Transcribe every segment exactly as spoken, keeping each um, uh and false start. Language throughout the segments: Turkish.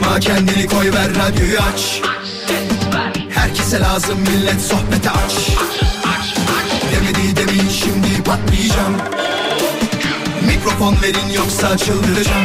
Uğraşma kendini koy ver radyoyu aç. Herkese lazım millet sohbete aç. Demedi demin şimdi patlayacağım. Mikrofon verin yoksa çıldıracağım.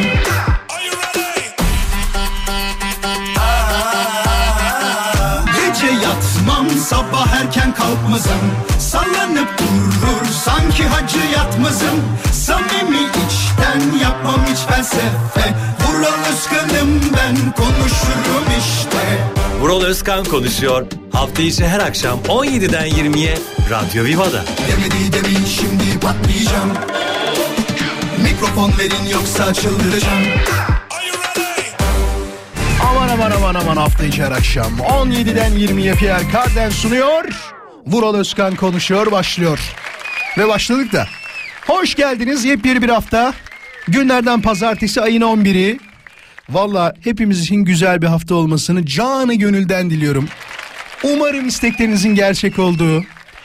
Gece yatmam sabah erken kalkmazım. Sallanıp durur sanki hacı yatmazım. Samimi içten yapmam hiç felsefe. Vural Özkan'ım ben konuşurum işte. Vural Özkan konuşuyor. Hafta içi her akşam on yediden yirmiye Radyo Viva'da. Demedi demin şimdi patlayacağım. Mikrofon verin yoksa çıldıracağım. Aman aman aman aman hafta içi her akşam on yediden yirmiye Pierre Carden sunuyor. Vural Özkan konuşuyor başlıyor. Ve başladık da. Hoş geldiniz yepyeni bir hafta. Günlerden pazartesi ayın on biri. Valla hepimiz için güzel bir hafta olmasını canı gönülden diliyorum. Umarım isteklerinizin gerçek olduğu,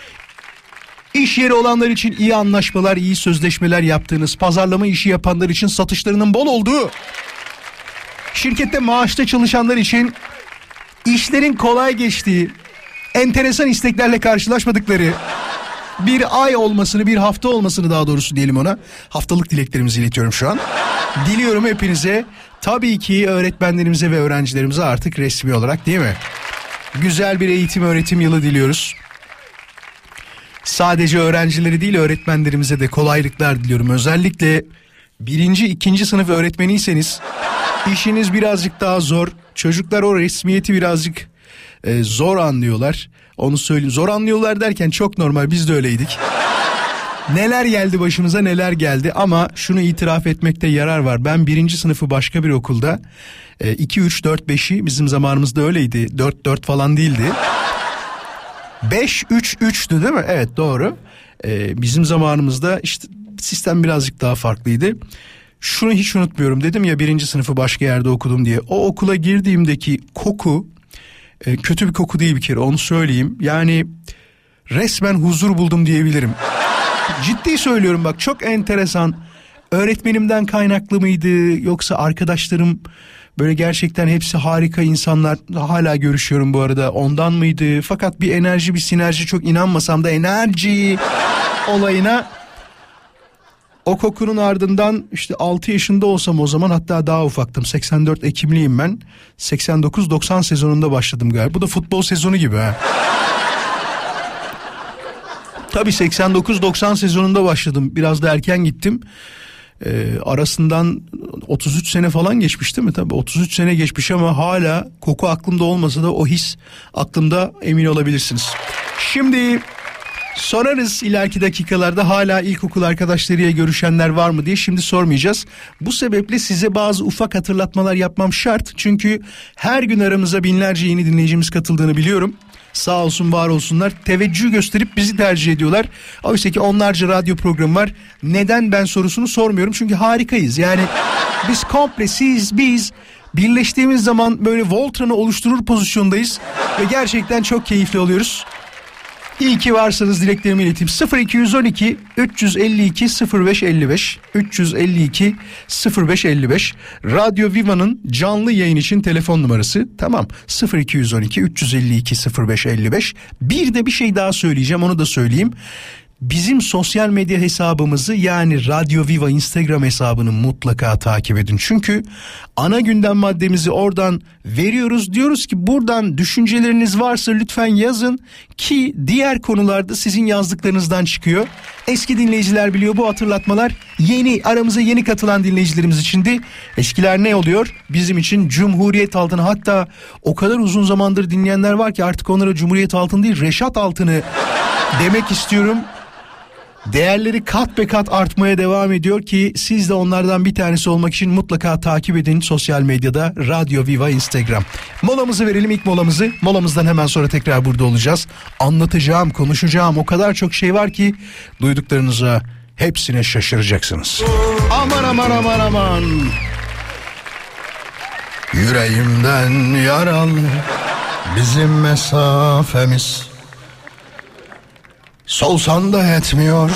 İş yeri olanlar için iyi anlaşmalar, iyi sözleşmeler yaptığınız, pazarlama işi yapanlar için satışlarının bol olduğu, şirkette maaşta çalışanlar için işlerin kolay geçtiği, enteresan isteklerle karşılaşmadıkları bir ay olmasını, bir hafta olmasını daha doğrusu diyelim ona. Haftalık dileklerimizi iletiyorum şu an. Diliyorum hepinize, tabii ki öğretmenlerimize ve öğrencilerimize artık resmi olarak, değil mi? Güzel bir eğitim öğretim yılı diliyoruz. Sadece öğrencileri değil öğretmenlerimize de kolaylıklar diliyorum. Özellikle birinci, ikinci sınıf öğretmeniyseniz işiniz birazcık daha zor. Çocuklar o resmiyeti birazcık e, zor anlıyorlar. Onu söyleyeyim. Zor anlıyorlar derken çok normal, biz de öyleydik. Neler geldi başımıza, neler geldi, ama şunu itiraf etmekte yarar var. Ben birinci sınıfı başka bir okulda, iki, üç, dört, beşi bizim zamanımızda öyleydi. dört, dört falan değildi. beş, üç, üçtü değil mi? Evet, doğru. Ee, bizim zamanımızda işte sistem birazcık daha farklıydı. Şunu hiç unutmuyorum, dedim ya birinci sınıfı başka yerde okudum diye. O okula girdiğimdeki koku e, kötü bir koku değil bir kere, onu söyleyeyim. Yani resmen huzur buldum diyebilirim. Ciddi söylüyorum bak, çok enteresan. Öğretmenimden kaynaklı mıydı yoksa arkadaşlarım böyle gerçekten hepsi harika insanlar, hala görüşüyorum bu arada, ondan mıydı? Fakat bir enerji, bir sinerji, çok inanmasam da enerji olayına, o kokunun ardından işte altı yaşında olsam o zaman, hatta daha ufaktım, seksen dört Ekimliyim ben, seksen dokuz doksan sezonunda başladım galiba. Bu da futbol sezonu gibi ha. Tabii seksen dokuz doksan sezonunda başladım, biraz da erken gittim. Ee, arasından otuz üç sene falan geçmiş değil mi? Tabii otuz üç sene geçmiş ama hala koku aklımda olmasa da o his aklımda, emin olabilirsiniz. Şimdi sorarız ileriki dakikalarda hala ilkokul arkadaşlarıyla görüşenler var mı diye. Şimdi sormayacağız. Bu sebeple size bazı ufak hatırlatmalar yapmam şart. Çünkü her gün aramıza binlerce yeni dinleyicimiz katıldığını biliyorum. Sağ olsun, var olsunlar. Teveccüh gösterip bizi tercih ediyorlar. Oysa ki onlarca radyo programı var. Neden ben sorusunu sormuyorum. Çünkü harikayız. Yani biz komple, siz, biz birleştiğimiz zaman böyle Voltran'ı oluşturur pozisyondayız. Ve gerçekten çok keyifli oluyoruz. İyi ki varsınız dileklerimi ileteyim. sıfır iki on iki üç yüz elli iki sıfır beş elli beş üç yüz elli iki sıfır beş elli beş Radyo Viva'nın canlı yayın için telefon numarası. Tamam, sıfır iki on iki üç yüz elli iki sıfır beş elli beş. Bir de bir şey daha söyleyeceğim, onu da söyleyeyim. Bizim sosyal medya hesabımızı, yani Radyo Viva Instagram hesabını mutlaka takip edin. Çünkü ana gündem maddemizi oradan veriyoruz. Diyoruz ki buradan düşünceleriniz varsa lütfen yazın, ki diğer konularda sizin yazdıklarınızdan çıkıyor. Eski dinleyiciler biliyor, bu hatırlatmalar yeni, aramıza yeni katılan dinleyicilerimiz içindi. Eskiler ne oluyor? Bizim için Cumhuriyet Altını, hatta o kadar uzun zamandır dinleyenler var ki artık onlara Cumhuriyet Altını değil, Reşat Altını demek istiyorum. Değerleri kat be kat artmaya devam ediyor ki siz de onlardan bir tanesi olmak için mutlaka takip edin sosyal medyada Radyo Viva Instagram. Molamızı verelim, ilk molamızı. Molamızdan hemen sonra tekrar burada olacağız. Anlatacağım, konuşacağım o kadar çok şey var ki duyduklarınıza hepsine şaşıracaksınız. Aman aman aman aman. Yüreğimden yaralı bizim mesafemiz. Solsan da etmiyor.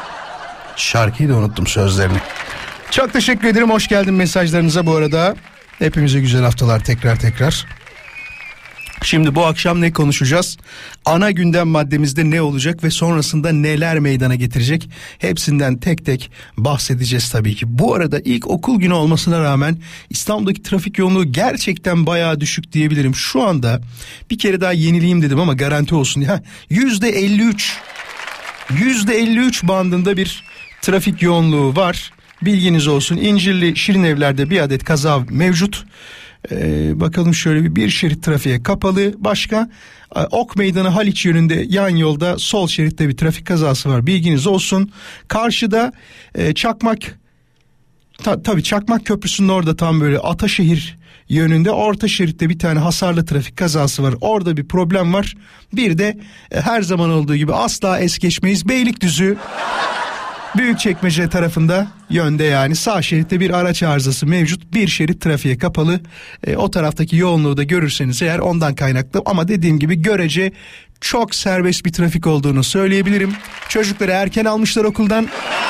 Şarkıyı da unuttum sözlerini. Çok teşekkür ederim, hoş geldin mesajlarınıza bu arada. Hepimize güzel haftalar tekrar tekrar. Şimdi bu akşam ne konuşacağız? Ana gündem maddemizde ne olacak ve sonrasında neler meydana getirecek? Hepsinden tek tek bahsedeceğiz tabii ki. Bu arada ilk okul günü olmasına rağmen İstanbul'daki trafik yoğunluğu gerçekten bayağı düşük diyebilirim. Şu anda bir kere daha yenileyim dedim ama garanti olsun ya. yüzde elli üç yüzde elli üç bandında bir trafik yoğunluğu var. Bilginiz olsun. İncirli Şirinevler'de bir adet kaza mevcut. Ee, bakalım şöyle bir, bir şerit trafiğe kapalı. Başka Ok Meydanı Haliç yönünde yan yolda sol şeritte bir trafik kazası var. Bilginiz olsun. Karşıda e, Çakmak ta, tabii Çakmak Köprüsü'nün orada tam böyle Ataşehir yönünde orta şeritte bir tane hasarlı trafik kazası var. Orada bir problem var. Bir de e, her zaman olduğu gibi asla es geçmeyiz. Beylikdüzü Büyükçekmece tarafında yönde yani sağ şeritte bir araç arızası mevcut. Bir şerit trafiğe kapalı. E, o taraftaki yoğunluğu da görürseniz eğer ondan kaynaklı ama dediğim gibi görece çok serbest bir trafik olduğunu söyleyebilirim. Çocukları erken almışlar okuldan.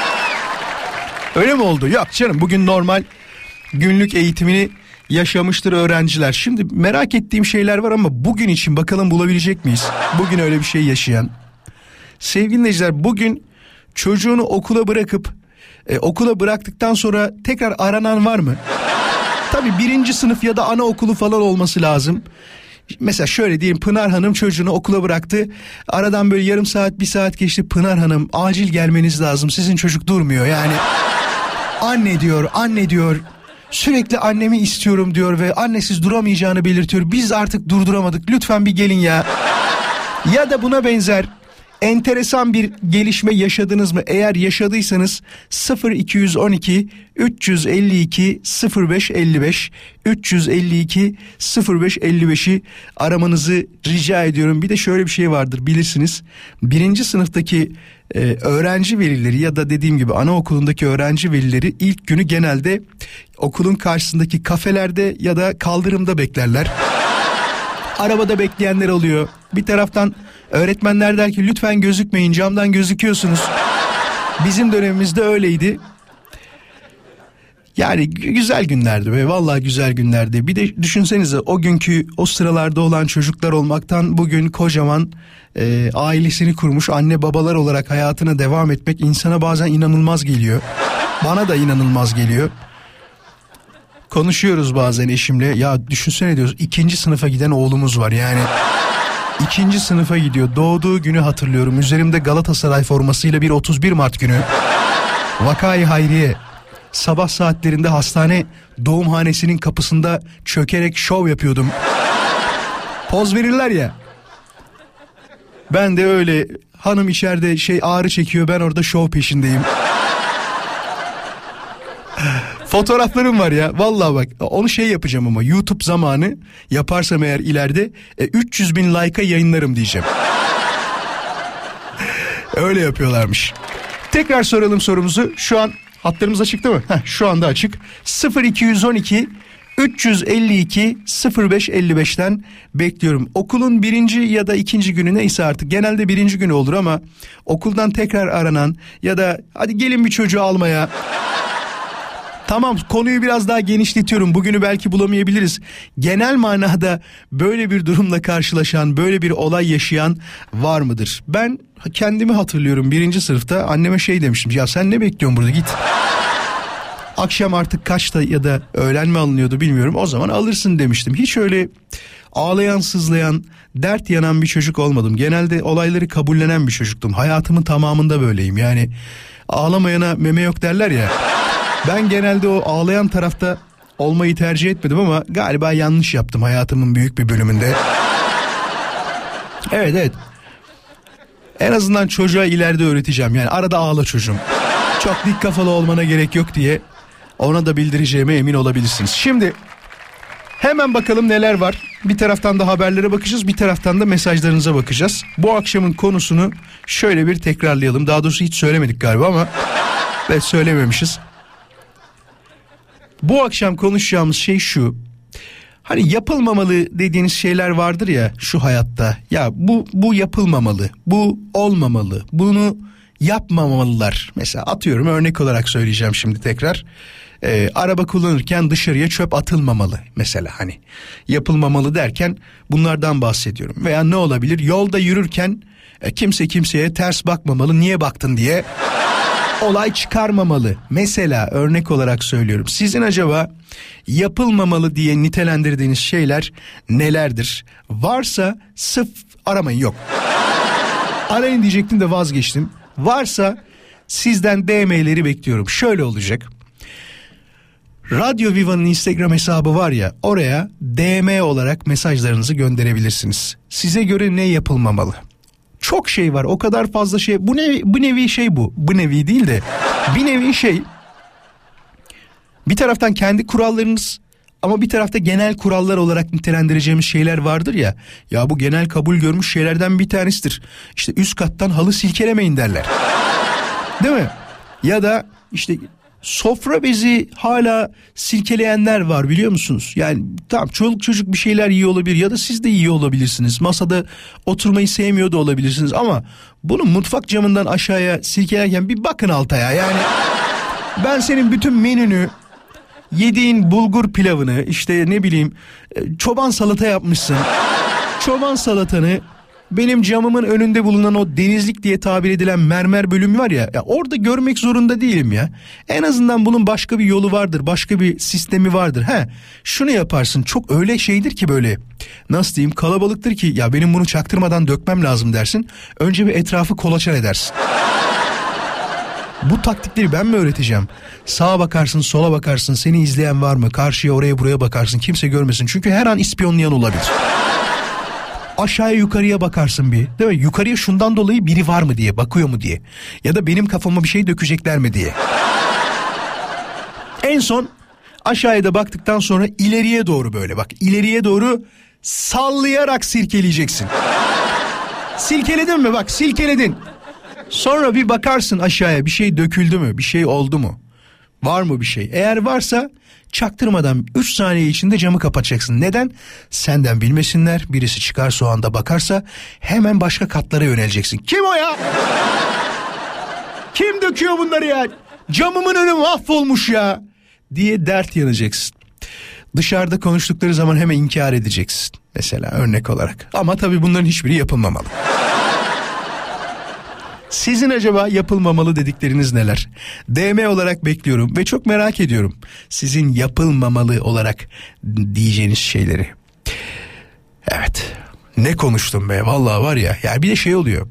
Öyle mi oldu? Yok canım, bugün normal günlük eğitimini yaşamıştır öğrenciler. Şimdi merak ettiğim şeyler var ama bugün için bakalım bulabilecek miyiz? Bugün öyle bir şey yaşayan. Sevgili dinleyiciler, bugün çocuğunu okula bırakıp e, okula bıraktıktan sonra tekrar aranan var mı? Tabii birinci sınıf ya da anaokulu falan olması lazım. Mesela şöyle diyeyim, Pınar Hanım çocuğunu okula bıraktı. Aradan böyle yarım saat bir saat geçti. Pınar Hanım acil gelmeniz lazım, sizin çocuk durmuyor yani. Anne diyor, anne diyor. Sürekli annemi istiyorum diyor ve annesiz duramayacağını belirtiyor. Biz artık durduramadık, lütfen bir gelin ya. Ya da buna benzer enteresan bir gelişme yaşadınız mı? Eğer yaşadıysanız sıfır iki yüz on iki üç yüz elli iki sıfır beş elli beş üç yüz elli iki sıfır beş elli beşi aramanızı rica ediyorum. Bir de şöyle bir şey vardır, bilirsiniz. Birinci sınıftaki e, öğrenci velileri ya da dediğim gibi anaokulundaki öğrenci velileri ilk günü genelde okulun karşısındaki kafelerde ya da kaldırımda beklerler. Arabada bekleyenler oluyor. Bir taraftan öğretmenler der ki lütfen gözükmeyin, camdan gözüküyorsunuz. Bizim dönemimizde öyleydi. Yani güzel günlerdi be, vallahi güzel günlerdi. Bir de düşünsenize, o günkü o sıralarda olan çocuklar olmaktan bugün kocaman e, ailesini kurmuş anne babalar olarak hayatına devam etmek insana bazen inanılmaz geliyor. Bana da inanılmaz geliyor. Konuşuyoruz bazen eşimle, ya düşünsene diyoruz, ikinci sınıfa giden oğlumuz var yani. İkinci sınıfa gidiyor. Doğduğu günü hatırlıyorum. Üzerimde Galatasaray formasıyla bir otuz bir Mart günü. Vakayı Hayriye. Sabah saatlerinde hastane doğumhanesinin kapısında çökerek şov yapıyordum. Poz verirler ya. Ben de öyle, hanım içeride şey ağrı çekiyor, ben orada şov peşindeyim. Fotoğraflarım var ya, vallahi bak, onu şey yapacağım ama YouTube zamanı yaparsam eğer ileride e, üç yüz bin like'a yayınlarım diyeceğim. Öyle yapıyorlarmış. Tekrar soralım sorumuzu. Şu an hatlarımız açık değil mi? Heh, şu anda açık. sıfır iki yüz on iki üç yüz elli iki sıfır beş elli beşten bekliyorum. Okulun birinci ya da ikinci günü neyse artık, genelde birinci günü olur ama okuldan tekrar aranan ya da hadi gelin bir çocuğu almaya. Tamam, konuyu biraz daha genişletiyorum. Bugünü belki bulamayabiliriz. Genel manada böyle bir durumla karşılaşan, böyle bir olay yaşayan var mıdır? Ben kendimi hatırlıyorum, birinci sınıfta anneme şey demiştim. Ya sen ne bekliyorsun burada, git. Akşam artık kaçta ya da öğlen mi alınıyordu bilmiyorum. O zaman alırsın demiştim. Hiç öyle ağlayan, sızlayan, dert yanan bir çocuk olmadım. Genelde olayları kabullenen bir çocuktum. Hayatımın tamamında böyleyim. Yani ağlamayana meme yok derler ya. Ben genelde o ağlayan tarafta olmayı tercih etmedim ama galiba yanlış yaptım hayatımın büyük bir bölümünde. Evet evet. En azından çocuğa ileride öğreteceğim. Yani arada ağla çocuğum. Çok dik kafalı olmana gerek yok diye ona da bildireceğime emin olabilirsiniz. Şimdi hemen bakalım neler var. Bir taraftan da haberlere bakacağız, bir taraftan da mesajlarınıza bakacağız. Bu akşamın konusunu şöyle bir tekrarlayalım. Daha doğrusu hiç söylemedik galiba ama evet, söylememişiz. Bu akşam konuşacağımız şey şu. Hani yapılmamalı dediğiniz şeyler vardır ya şu hayatta. Ya bu bu yapılmamalı. Bu olmamalı. Bunu yapmamalılar. Mesela atıyorum, örnek olarak söyleyeceğim şimdi tekrar. Ee, araba kullanırken dışarıya çöp atılmamalı mesela, hani yapılmamalı derken bunlardan bahsediyorum. Veya ne olabilir, yolda yürürken e, kimse kimseye ters bakmamalı, niye baktın diye olay çıkarmamalı mesela, örnek olarak söylüyorum. Sizin acaba yapılmamalı diye nitelendirdiğiniz şeyler nelerdir? Varsa sıf aramayın, yok. Arayın diyecektim de vazgeçtim. Varsa sizden D M'leri bekliyorum. Şöyle olacak. Radyo Viva'nın Instagram hesabı var ya, oraya D M olarak mesajlarınızı gönderebilirsiniz. Size göre ne yapılmamalı? Çok şey var, o kadar fazla şey. Bu nevi, bu nevi şey bu. Bu nevi değil de bir nevi şey. Bir taraftan kendi kurallarınız ama bir tarafta genel kurallar olarak nitelendireceğimiz şeyler vardır ya. Ya bu genel kabul görmüş şeylerden bir tanesidir. İşte üst kattan halı silkelemeyin derler. Değil mi? Ya da işte sofra bezi hala silkeleyenler var, biliyor musunuz? Yani tamam, çoluk çocuk bir şeyler yiyor olabilir ya da siz de yiyor olabilirsiniz. Masada oturmayı sevmiyor da olabilirsiniz ama bunu mutfak camından aşağıya silkelerken bir bakın altaya. Yani ben senin bütün menünü, yediğin bulgur pilavını, işte ne bileyim çoban salata yapmışsın. Çoban salatanı benim camımın önünde bulunan o denizlik diye tabir edilen mermer bölümü var ya, ya orada görmek zorunda değilim ya. En azından bunun başka bir yolu vardır, başka bir sistemi vardır. He, şunu yaparsın, çok öyle şeydir ki böyle, nasıl diyeyim, kalabalıktır ki ya benim bunu çaktırmadan dökmem lazım dersin. Önce bir etrafı kolaçan edersin. Bu taktikleri ben mi öğreteceğim? Sağa bakarsın, sola bakarsın, seni izleyen var mı? Karşıya, oraya, buraya bakarsın, kimse görmesin. Çünkü her an ispiyonlayan olabilir. Aşağıya, yukarıya bakarsın bir, değil mi? Yukarıya şundan dolayı biri var mı diye, bakıyor mu diye. Ya da benim kafama bir şey dökecekler mi diye. En son aşağıya da baktıktan sonra ileriye doğru böyle bak. İleriye doğru sallayarak silkeleyeceksin. Silkeledin mi? Bak silkeledin. Sonra bir bakarsın aşağıya, bir şey döküldü mü? Bir şey oldu mu? Var mı bir şey? Eğer varsa çaktırmadan üç saniye içinde camı kapatacaksın. Neden? Senden bilmesinler. Birisi çıkarsa, o anda bakarsa hemen başka katlara yöneleceksin. Kim o ya? Kim döküyor bunları ya? Camımın önü mahvolmuş ya diye dert yanacaksın. Dışarıda konuştukları zaman hemen inkar edeceksin. Mesela örnek olarak. Ama tabii bunların hiçbiri yapılmamalı. Sizin acaba yapılmamalı dedikleriniz neler? D M olarak bekliyorum ve çok merak ediyorum sizin yapılmamalı olarak diyeceğiniz şeyleri. Evet, ne konuştum be, vallahi var ya. Yani bir de şey oluyor.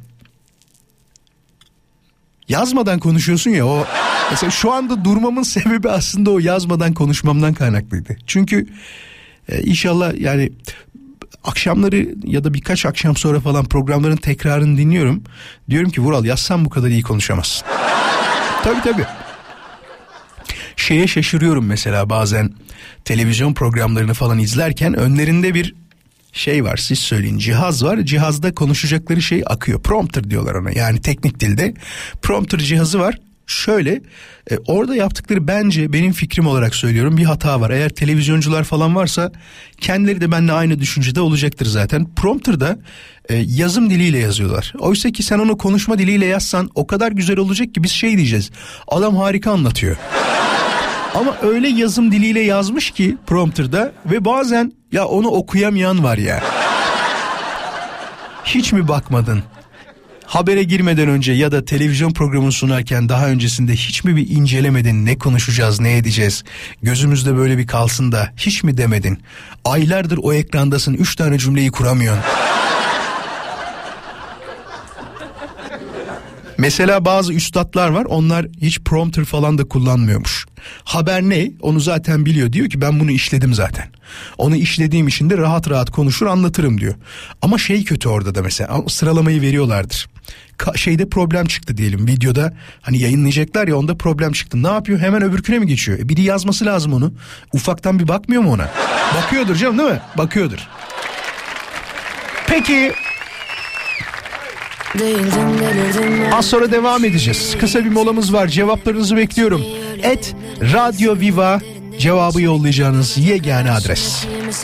Yazmadan konuşuyorsun ya, o mesela şu anda durmamın sebebi aslında o yazmadan konuşmamdan kaynaklıydı. Çünkü e, inşallah yani akşamları ya da birkaç akşam sonra falan programların tekrarını dinliyorum. Diyorum ki Vural, yazsan bu kadar iyi konuşamazsın. Tabii tabii. Şeye şaşırıyorum mesela, bazen televizyon programlarını falan izlerken önlerinde bir şey var, siz söyleyin, cihaz var. Cihazda konuşacakları şey akıyor. Prompter diyorlar ona, yani teknik dilde. Prompter cihazı var. Şöyle e, orada yaptıkları, bence benim fikrim olarak söylüyorum, bir hata var. Eğer televizyoncular falan varsa kendileri de benimle aynı düşüncede olacaktır zaten. Prompter'da e, yazım diliyle yazıyorlar. Oysa ki sen onu konuşma diliyle yazsan o kadar güzel olacak ki biz şey diyeceğiz. Adam harika anlatıyor. Ama öyle yazım diliyle yazmış ki prompter'da ve bazen ya onu okuyamayan var ya. Hiç mi bakmadın? Habere girmeden önce ya da televizyon programını sunarken daha öncesinde hiç mi bir incelemedin, ne konuşacağız, ne edeceğiz? Gözümüzde böyle bir kalsın da hiç mi demedin? Aylardır o ekrandasın, üç tane cümleyi kuramıyorsun. Mesela bazı üstadlar var, onlar hiç prompter falan da kullanmıyormuş. Haber ne? Onu zaten biliyor, diyor ki ben bunu işledim zaten. Onu işlediğim için de rahat rahat konuşur anlatırım diyor. Ama şey kötü orada da, mesela sıralamayı veriyorlardır. Ka- şeyde problem çıktı diyelim, videoda hani yayınlayacaklar ya, onda problem çıktı. Ne yapıyor? Hemen öbürküne mi geçiyor? E biri yazması lazım onu. Ufaktan bir bakmıyor mu ona? Bakıyordur canım, değil mi? Bakıyordur. Peki... Az sonra devam edeceğiz. Kısa bir molamız var. Cevaplarınızı bekliyorum. Et Radyo Viva cevabı yollayacağınız yegane adres.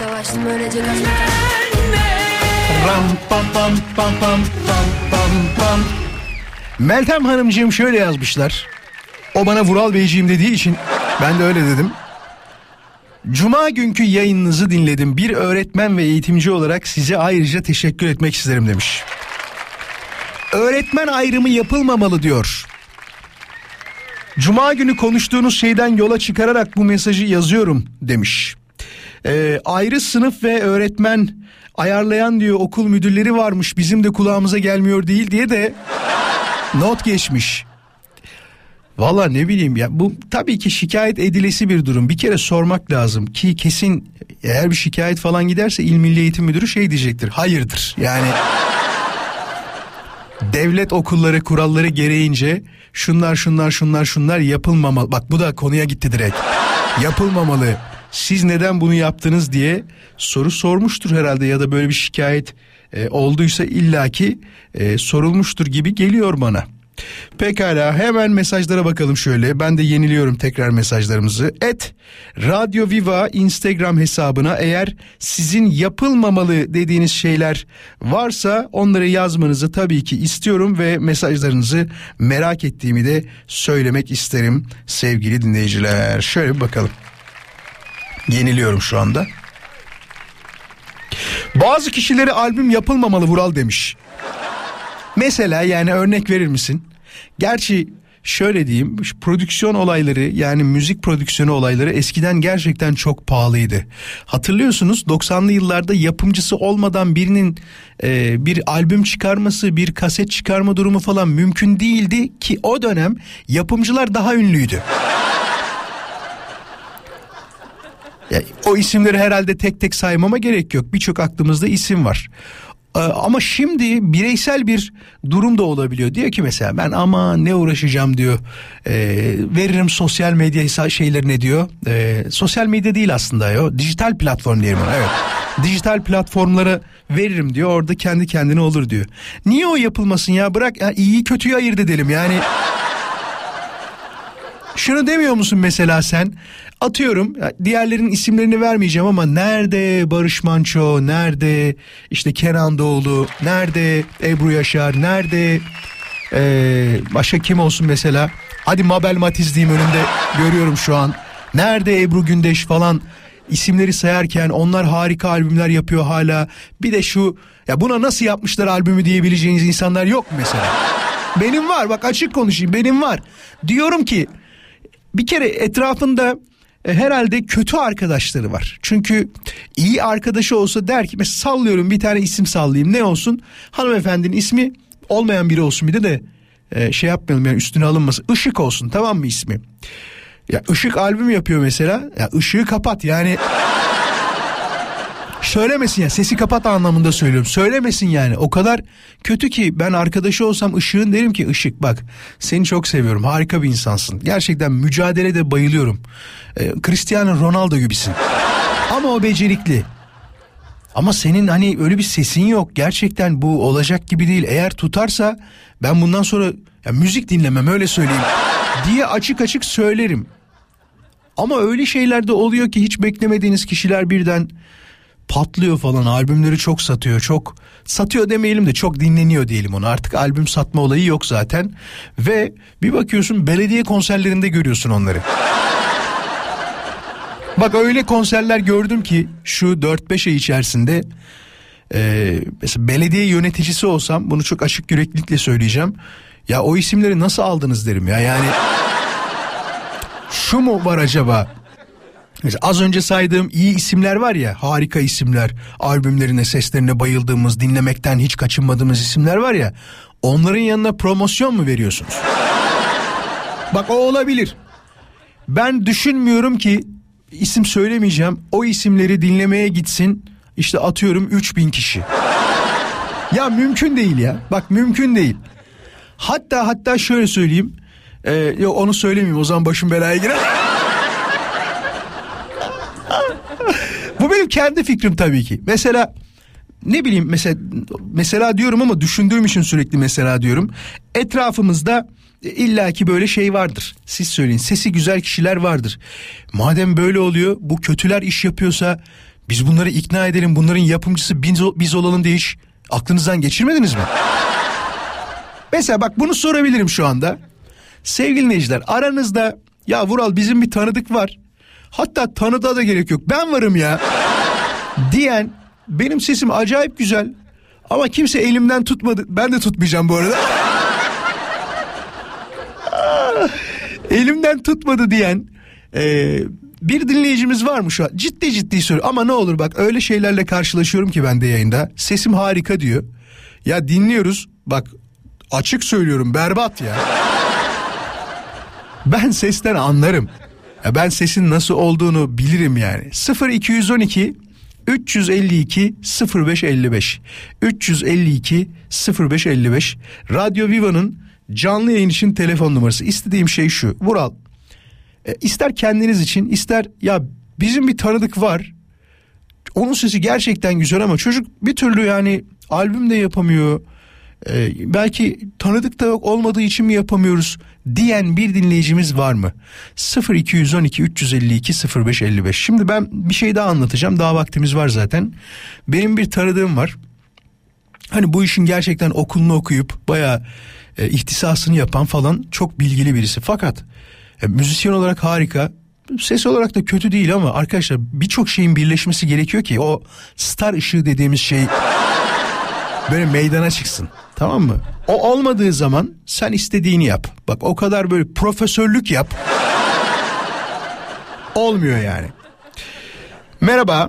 Ram pam pam pam pam pam pam pam. Meltem Hanımcığım şöyle yazmışlar. O bana Vural Beyciğim dediği için Ben de öyle dedim. Cuma günkü yayınınızı dinledim. Bir öğretmen ve eğitimci olarak size ayrıca teşekkür etmek isterim demiş. Öğretmen ayrımı yapılmamalı diyor. Cuma günü konuştuğunuz şeyden yola çıkararak bu mesajı yazıyorum demiş. Ee, ayrı sınıf ve öğretmen ayarlayan diyor okul müdürleri varmış, bizim de kulağımıza gelmiyor değil diye de not geçmiş. Valla ne bileyim ya, bu tabii ki şikayet edilesi bir durum. Bir kere sormak lazım ki kesin eğer bir şikayet falan giderse İl Milli Eğitim Müdürü şey diyecektir. Hayırdır yani. Devlet okulları kuralları gereğince şunlar şunlar şunlar şunlar yapılmamalı. Bak bu da konuya gitti direkt. Yapılmamalı. Siz neden bunu yaptınız diye soru sormuştur herhalde ya da böyle bir şikayet e, olduysa illaki e, sorulmuştur gibi geliyor bana. Pekala, hemen mesajlara bakalım şöyle. Ben de yeniliyorum tekrar mesajlarımızı. Et Radyo Viva Instagram hesabına eğer sizin yapılmamalı dediğiniz şeyler varsa onları yazmanızı tabii ki istiyorum ve mesajlarınızı merak ettiğimi de söylemek isterim sevgili dinleyiciler. Şöyle bir bakalım. Yeniliyorum şu anda. Bazı kişilere albüm yapılmamalı Vural demiş. Mesela yani örnek verir misin? Gerçi şöyle diyeyim, prodüksiyon olayları yani müzik prodüksiyonu olayları eskiden gerçekten çok pahalıydı. Hatırlıyorsunuz doksanlı yıllarda yapımcısı olmadan birinin e, bir albüm çıkarması, bir kaset çıkarma durumu falan mümkün değildi ki o dönem yapımcılar daha ünlüydü. Ya, o isimleri herhalde tek tek saymama gerek yok. Birçok aklımızda isim var. Ee, ama şimdi bireysel bir durum da olabiliyor. Diyor ki mesela ben ama ne uğraşacağım diyor. Ee, veririm sosyal medya şeylerine diyor. Ee, sosyal medya değil aslında ya. Dijital platform diyelim ona. Evet. Dijital platformlara veririm diyor. Orada kendi kendine olur diyor. Niye o yapılmasın ya? Bırak ya, iyiyi kötüyü ayırt edelim yani. Şunu demiyor musun mesela sen? Atıyorum diğerlerinin isimlerini vermeyeceğim ama nerede Barış Manço, nerede işte Kenan Doğulu, nerede Ebru Yaşar, nerede ee, başka kim olsun mesela? Hadi Mabel Matiz diyeyim, önümde görüyorum şu an. Nerede Ebru Gündeş falan, isimleri sayarken onlar harika albümler yapıyor hala. Bir de şu ya buna nasıl yapmışlar albümü diyebileceğiniz insanlar yok mu mesela? Benim var, bak açık konuşayım, benim var. Diyorum ki bir kere etrafında e, herhalde kötü arkadaşları var. Çünkü iyi arkadaşı olsa der ki mesela sallıyorum, bir tane isim sallayayım, ne olsun? Hanımefendinin ismi olmayan biri olsun, bir de de e, şey yapmayalım yani üstüne alınmasın. Işık olsun, tamam mı ismi? Ya Işık albüm yapıyor mesela. Ya Işığı kapat yani. Söylemesin ya, sesi kapat anlamında söylüyorum. Söylemesin yani, o kadar kötü ki ben arkadaşı olsam Işık'ın derim ki Işık bak seni çok seviyorum, harika bir insansın. Gerçekten mücadelede bayılıyorum. Ee, Cristiano Ronaldo gibisin. Ama o becerikli. Ama senin hani öyle bir sesin yok. Gerçekten bu olacak gibi değil. Eğer tutarsa ben bundan sonra ya, müzik dinlemem, öyle söyleyeyim diye açık açık söylerim. Ama öyle şeyler de oluyor ki hiç beklemediğiniz kişiler birden patlıyor falan, albümleri çok satıyor, çok satıyor demeyelim de çok dinleniyor diyelim onu. Artık albüm satma olayı yok zaten ve bir bakıyorsun belediye konserlerinde görüyorsun onları. Bak öyle konserler gördüm ki şu dört beş ay içerisinde e, mesela belediye yöneticisi olsam bunu çok açık yüreklilikle söyleyeceğim. Ya o isimleri nasıl aldınız derim ya, yani şu mu var acaba? Mesela az önce saydığım iyi isimler var ya, harika isimler, albümlerine, seslerine bayıldığımız, dinlemekten hiç kaçınmadığımız isimler var ya, onların yanına promosyon mu veriyorsunuz? Bak o olabilir. Ben düşünmüyorum ki, isim söylemeyeceğim, o isimleri dinlemeye gitsin işte atıyorum üç bin kişi. Ya mümkün değil ya, bak mümkün değil. Hatta hatta şöyle söyleyeyim, ee, yok onu söylemeyeyim, o zaman başım belaya girer. Bu benim kendi fikrim tabii ki. Mesela ne bileyim mesela mesela diyorum ama düşündüğüm için sürekli mesela diyorum. Etrafımızda illaki böyle şey vardır. Siz söyleyin, sesi güzel kişiler vardır. Madem böyle oluyor, bu kötüler iş yapıyorsa biz bunları ikna edelim. Bunların yapımcısı biz, biz olalım diye hiç aklınızdan geçirmediniz mi? Mesela bak bunu sorabilirim şu anda. Sevgili dinleyiciler, aranızda Ya Vural bizim bir tanıdık var. Hatta tanıdığa da gerek yok. Ben varım ya. Diyen benim sesim acayip güzel. Ama kimse elimden tutmadı. Ben de tutmayacağım bu arada. Elimden tutmadı diyen e, bir dinleyicimiz var mı şu an? Ciddi ciddi söylüyorum. Ama ne olur bak öyle şeylerle karşılaşıyorum ki ben de yayında. Sesim harika diyor. Ya dinliyoruz. Bak açık söylüyorum berbat ya. Ben sesten anlarım. Ya ben sesin nasıl olduğunu bilirim yani. sıfır iki on iki üç yüz elli iki sıfır beş elli beş üç yüz elli iki sıfır beş elli beş Radyo Viva'nın canlı yayın için telefon numarası. İstediğim şey şu. Vural, e, ister kendiniz için ister ya bizim bir tanıdık var. Onun sesi gerçekten güzel ama çocuk bir türlü yani albüm de yapamıyor. Ee, belki tanıdık da yok olmadığı için mi yapamıyoruz diyen bir dinleyicimiz var mı? sıfır iki on iki üç yüz elli iki sıfır beş elli beş. Şimdi ben bir şey daha anlatacağım. Daha vaktimiz var zaten. Benim bir tanıdığım var. Hani bu işin gerçekten okulunu okuyup bayağı e, ihtisasını yapan falan çok bilgili birisi. Fakat e, müzisyen olarak harika. Ses olarak da kötü değil ama arkadaşlar birçok şeyin birleşmesi gerekiyor ki o star ışığı dediğimiz şey böyle meydana çıksın. Tamam mı? O olmadığı zaman sen istediğini yap. Bak o kadar böyle profesörlük yap. Olmuyor yani. Merhaba.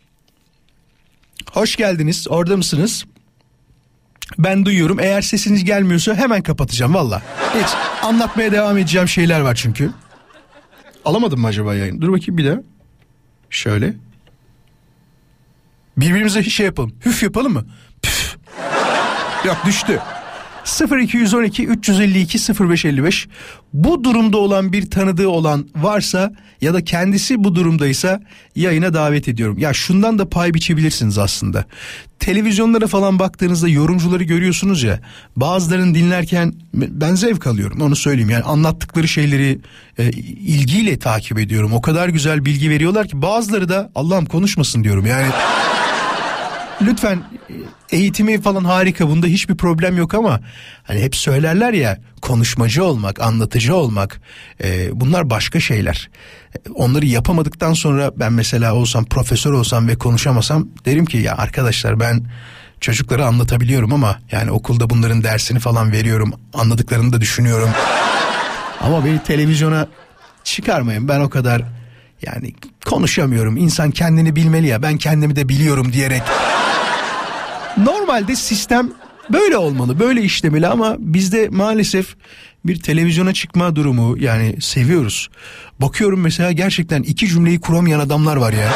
Hoş geldiniz. Orada mısınız? Ben duyuyorum. Eğer sesiniz gelmiyorsa hemen kapatacağım valla. Hiç anlatmaya devam edeceğim şeyler var çünkü. Alamadım mı acaba yayın? Dur bakayım bir daha. Şöyle. Birbirimize şey yapalım. Hüf yapalım mı? Püf. Yok düştü. sıfır iki on iki üç yüz elli iki sıfır beş elli beş. Bu durumda olan bir tanıdığı olan varsa ya da kendisi bu durumdaysa yayına davet ediyorum. Ya şundan da pay biçebilirsiniz aslında. Televizyonlara falan baktığınızda yorumcuları görüyorsunuz ya. Bazılarını dinlerken ben zevk alıyorum, onu söyleyeyim. Yani anlattıkları şeyleri e, ilgiyle takip ediyorum. O kadar güzel bilgi veriyorlar ki bazıları da Allah'ım konuşmasın diyorum yani. Lütfen eğitimi falan harika, bunda hiçbir problem yok ama hani hep söylerler ya konuşmacı olmak, anlatıcı olmak e, bunlar başka şeyler. Onları yapamadıktan sonra ben mesela olsam, profesör olsam ve konuşamasam derim ki ya arkadaşlar ben çocuklara anlatabiliyorum ama yani okulda bunların dersini falan veriyorum, anladıklarını da düşünüyorum. Ama beni televizyona çıkarmayın, ben o kadar yani konuşamıyorum. İnsan kendini bilmeli ya, ben kendimi de biliyorum diyerek. Normalde sistem böyle olmalı, böyle işlemeli ama bizde maalesef bir televizyona çıkma durumu, yani seviyoruz. Bakıyorum mesela gerçekten iki cümleyi kuramayan adamlar var ya.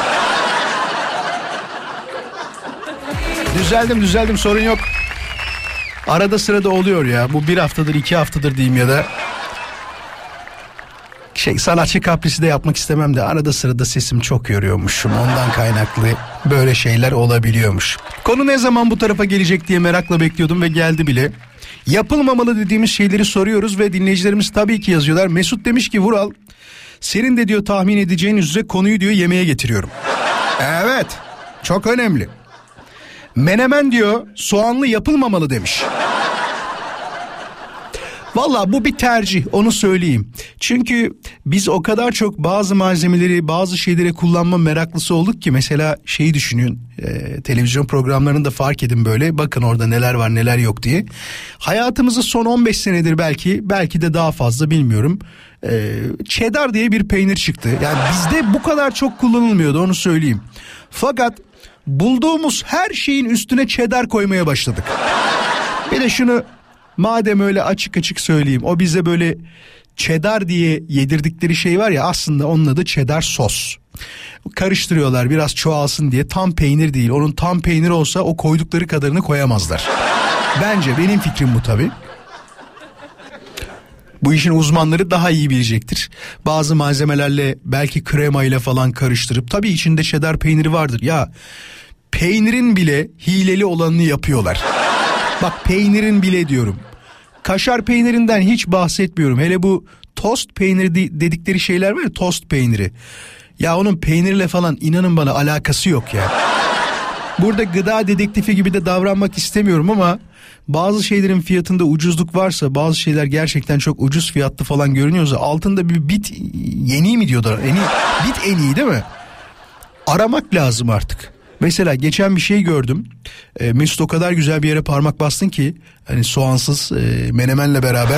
Düzeldim düzeldim sorun yok. Arada sırada oluyor ya, bu bir haftadır iki haftadır diyeyim ya da şey sanatçı kaprisi de yapmak istemem de arada sırada sesim çok yoruyormuşum, ondan kaynaklı böyle şeyler olabiliyormuş. Konu ne zaman bu tarafa gelecek diye merakla bekliyordum ve geldi bile. Yapılmamalı dediğimiz şeyleri soruyoruz ve dinleyicilerimiz tabii ki yazıyorlar. Mesut demiş ki Vural, senin de diyor tahmin edeceğin üzere konuyu diyor yemeğe getiriyorum. Evet, çok önemli. Menemen diyor soğanlı yapılmamalı demiş. Valla bu bir tercih, onu söyleyeyim. Çünkü biz o kadar çok bazı malzemeleri, bazı şeyleri kullanma meraklısı olduk ki mesela şeyi düşünün, e, televizyon programlarını da fark edin böyle, bakın orada neler var neler yok diye. Hayatımızı son on beş senedir belki belki de daha fazla bilmiyorum. E, cheddar diye bir peynir çıktı. Yani bizde bu kadar çok kullanılmıyordu, onu söyleyeyim. Fakat bulduğumuz her şeyin üstüne cheddar koymaya başladık. Bir de şunu madem öyle açık açık söyleyeyim, o bize böyle cheddar diye yedirdikleri şey var ya, aslında onun adı cheddar sos. Karıştırıyorlar biraz çoğalsın diye, tam peynir değil. Onun tam peynir olsa o koydukları kadarını koyamazlar. Bence, benim fikrim bu tabii. Bu işin uzmanları daha iyi bilecektir. Bazı malzemelerle belki kremayla falan karıştırıp, tabii içinde cheddar peyniri vardır. Ya peynirin bile hileli olanını yapıyorlar. Bak peynirin bile diyorum. Kaşar peynirinden hiç bahsetmiyorum. Hele bu tost peyniri dedikleri şeyler var ya, tost peyniri. Ya onun peynirle falan inanın bana alakası yok ya. burada gıda dedektifi gibi de davranmak istemiyorum ama bazı şeylerin fiyatında ucuzluk varsa, bazı şeyler gerçekten çok ucuz fiyatlı falan görünüyorsa, altında bir bit yeni mi diyorlar? Eni, bit en iyi değil mi? Aramak lazım artık. Mesela geçen bir şey gördüm. E, Mesut o kadar güzel bir yere parmak bastın ki, hani soğansız e, menemenle beraber.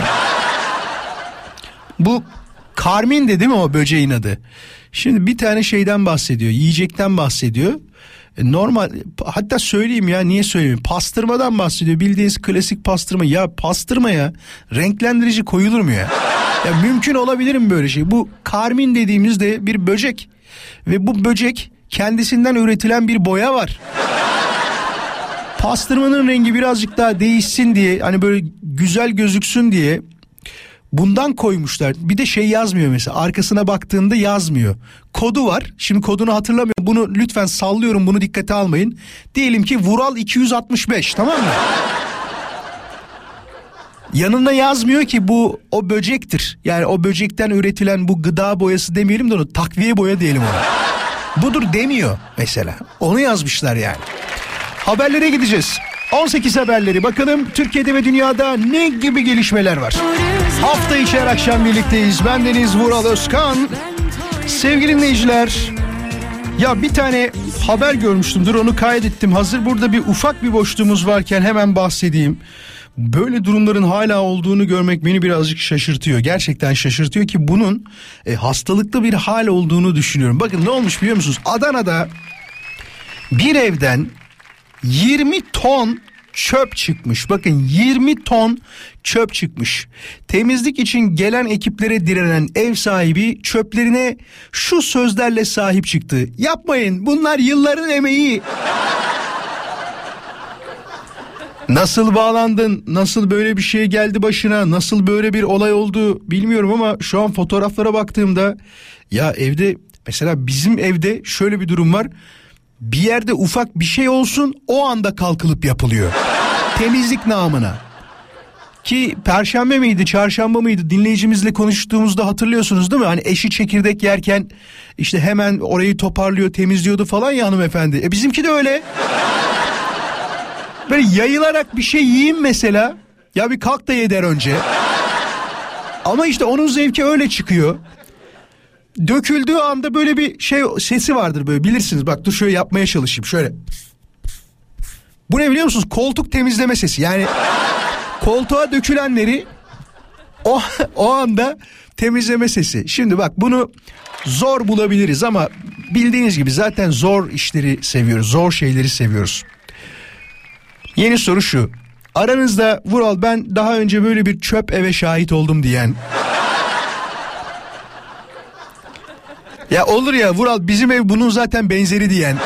Bu Karmin de değil mi o böceğin adı? Şimdi bir tane şeyden bahsediyor, yiyecekten bahsediyor. E, normal, hatta söyleyeyim ya, niye söyleyeyim? Pastırmadan bahsediyor. Bildiğiniz klasik pastırma. Ya pastırmaya renklendirici koyulur mu ya? Ya mümkün olabilir mi böyle şey? Bu Karmin dediğimiz de bir böcek. Ve bu böcek kendisinden üretilen bir boya var. Pastırmanın rengi birazcık daha değişsin diye, hani böyle güzel gözüksün diye bundan koymuşlar. Bir de şey yazmıyor mesela, arkasına baktığında yazmıyor. Kodu var. Şimdi kodunu hatırlamıyorum. Bunu lütfen sallıyorum, bunu dikkate almayın. Diyelim ki Vural iki yüz altmış beş, tamam mı? Yanında yazmıyor ki bu o böcektir. Yani o böcekten üretilen bu gıda boyası demeyelim de onu takviye boya diyelim ona. Budur demiyor mesela. Onu yazmışlar yani. Haberlere gideceğiz. on sekiz haberleri, bakalım Türkiye'de ve dünyada ne gibi gelişmeler var. Hafta içi her akşam birlikteyiz. Bendeniz Vural Özkan. Sevgili dinleyiciler, ya bir tane haber görmüştüm. Dur onu kaydettim. Hazır burada bir ufak bir boşluğumuz varken hemen bahsedeyim. Böyle durumların hala olduğunu görmek beni birazcık şaşırtıyor. Gerçekten şaşırtıyor ki bunun e, hastalıklı bir hal olduğunu düşünüyorum. Bakın ne olmuş biliyor musunuz? Adana'da bir evden yirmi ton çöp çıkmış. Bakın yirmi ton çöp çıkmış. Temizlik için gelen ekiplere direnen ev sahibi çöplerine şu sözlerle sahip çıktı. Yapmayın, bunlar yılların emeği. Nasıl bağlandın? Nasıl böyle bir şey geldi başına? Nasıl böyle bir olay oldu bilmiyorum ama şu an fotoğraflara baktığımda, ya evde mesela bizim evde şöyle bir durum var. Bir yerde ufak bir şey olsun, o anda kalkılıp yapılıyor. Temizlik namına. Ki perşembe miydi, çarşamba mıydı, dinleyicimizle konuştuğumuzda hatırlıyorsunuz değil mi? Hani eşi çekirdek yerken işte hemen orayı toparlıyor, temizliyordu falan ya hanımefendi. E bizimki de öyle. Böyle yayılarak bir şey yiyeyim mesela. Ya bir kalk da ye der önce. Ama işte onun zevki öyle çıkıyor. Döküldüğü anda böyle bir şey sesi vardır böyle, bilirsiniz. Bak dur şöyle yapmaya çalışayım şöyle. Bu ne biliyor musunuz? Koltuk temizleme sesi. Yani koltuğa dökülenleri o, o anda temizleme sesi. Şimdi bak bunu zor bulabiliriz ama bildiğiniz gibi zaten zor işleri seviyoruz. Zor şeyleri seviyoruz. Yeni soru şu. Aranızda Vural ben daha önce böyle bir çöp eve şahit oldum diyen. Ya olur ya Vural bizim ev bunun zaten benzeri diyen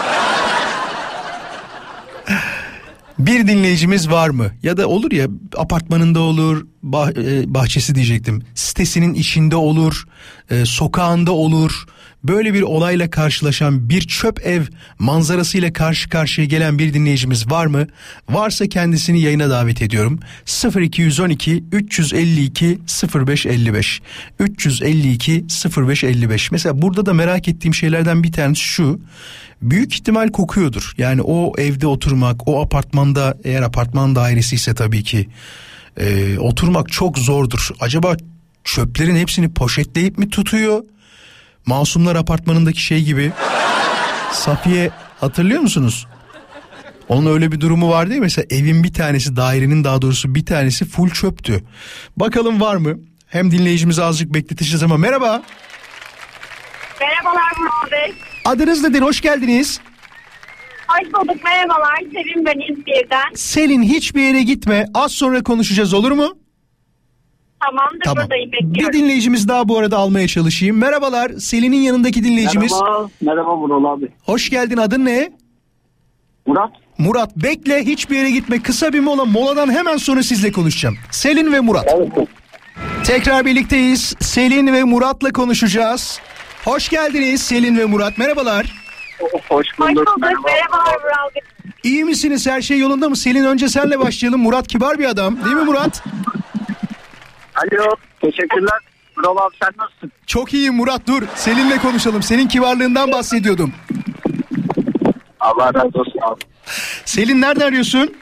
bir dinleyicimiz var mı? Ya da olur ya apartmanında olur, bah- bahçesi diyecektim, sitesinin içinde olur, e, sokağında olur. Böyle bir olayla karşılaşan, bir çöp ev manzarasıyla karşı karşıya gelen bir dinleyicimiz var mı? Varsa kendisini yayına davet ediyorum. sıfır iki on iki üç elli iki sıfır beş elli beş üç elli iki sıfır beş elli beş. Mesela burada da merak ettiğim şeylerden bir tanesi şu. Büyük ihtimal kokuyordur. Yani o evde oturmak, o apartmanda, eğer apartman dairesi ise tabii ki e, oturmak çok zordur. Acaba çöplerin hepsini poşetleyip mi tutuyor? Masumlar Apartmanı'ndaki şey gibi. Safiye hatırlıyor musunuz? Onun öyle bir durumu var değil mi? Mesela evin bir tanesi, dairenin daha doğrusu bir tanesi full çöptü. Bakalım var mı? Hem dinleyicimizi azıcık bekleteceğiz ama merhaba. Merhabalar Murat Bey. Adınız nedir? Hoş geldiniz. Hoş bulduk, merhabalar. Selin ben İzmir'den. Selin hiçbir yere gitme. Az sonra konuşacağız, olur mu? Tamamdır, Tamam. buradayım, bekliyorum. Bir dinleyicimiz daha bu arada almaya çalışayım. Merhabalar, Selin'in yanındaki dinleyicimiz. Merhaba, merhaba Vural abi. Hoş geldin, adın ne? Murat. Murat, bekle, hiçbir yere gitme. Kısa bir mola, moladan hemen sonra sizle konuşacağım. Selin ve Murat. Evet. Tekrar birlikteyiz. Selin ve Murat'la konuşacağız. Hoş geldiniz Selin ve Murat, merhabalar. Hoş Hoş bulduk. bulduk, Merhaba. merhabalar Murat Bey. İyi misiniz, her şey yolunda mı? Selin önce senle başlayalım. Murat kibar bir adam değil mi Murat? Alo, teşekkürler. Vural abi sen nasılsın? Çok iyi Murat, dur Selin'le konuşalım. Senin kibarlığından bahsediyordum. Allah razı olsun abi. Selin nereden arıyorsun?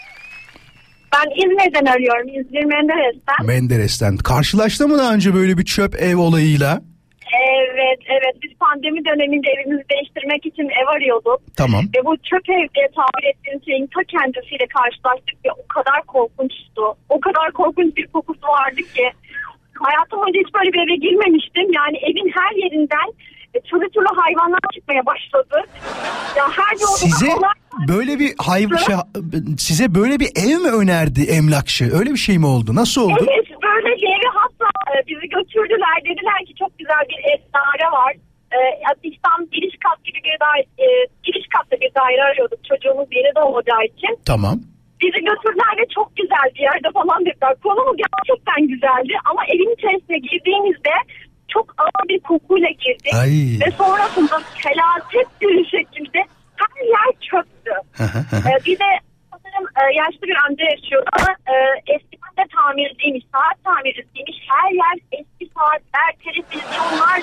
Ben İzmir'den arıyorum. İzmir Menderes'ten. Menderes'ten. Karşılaştın mı daha önce böyle bir çöp ev olayıyla? Evet, evet. Biz pandemi döneminde evimizi değiştirmek için ev arıyorduk. Tamam. Ve bu çöp ev diye tabir ettiğim şeyin ta kendisiyle karşılaştık ve o kadar korkunçtu. O kadar korkunç bir kokusu vardı ki. Hayatım boyunca hiç böyle bir eve girmemiştim. Yani evin her yerinden türlü türlü hayvanlar çıkmaya başladı. Ya her bir odada Size olan... böyle bir hayvan şey, size böyle bir ev mi önerdi emlakçı? Öyle bir şey mi oldu? Nasıl oldu? Evet, böyle bir evi hatta bizi götürdüler. Dediler ki çok güzel bir ev daire var. E, İstanbul giriş kat gibi bir daire, e, giriş katta bir daire arıyorduk. Çocuğumuz yeni doğacağı için. Tamam. Bizi götürdüler ve çok güzel bir yerde falan dediler. Konumu gerçekten güzeldi ama evin içerisine girdiğimizde çok ağır bir kokuyla girdik. Ay. Ve sonrasında felaket bir şekilde her yer çöktü. ee, bir de sanırım e, yaşlı bir amca yaşıyordu ama e, eskiden de tamirciymiş, saat tamircisiymiş. Her yer eski saatler, televizyonlar.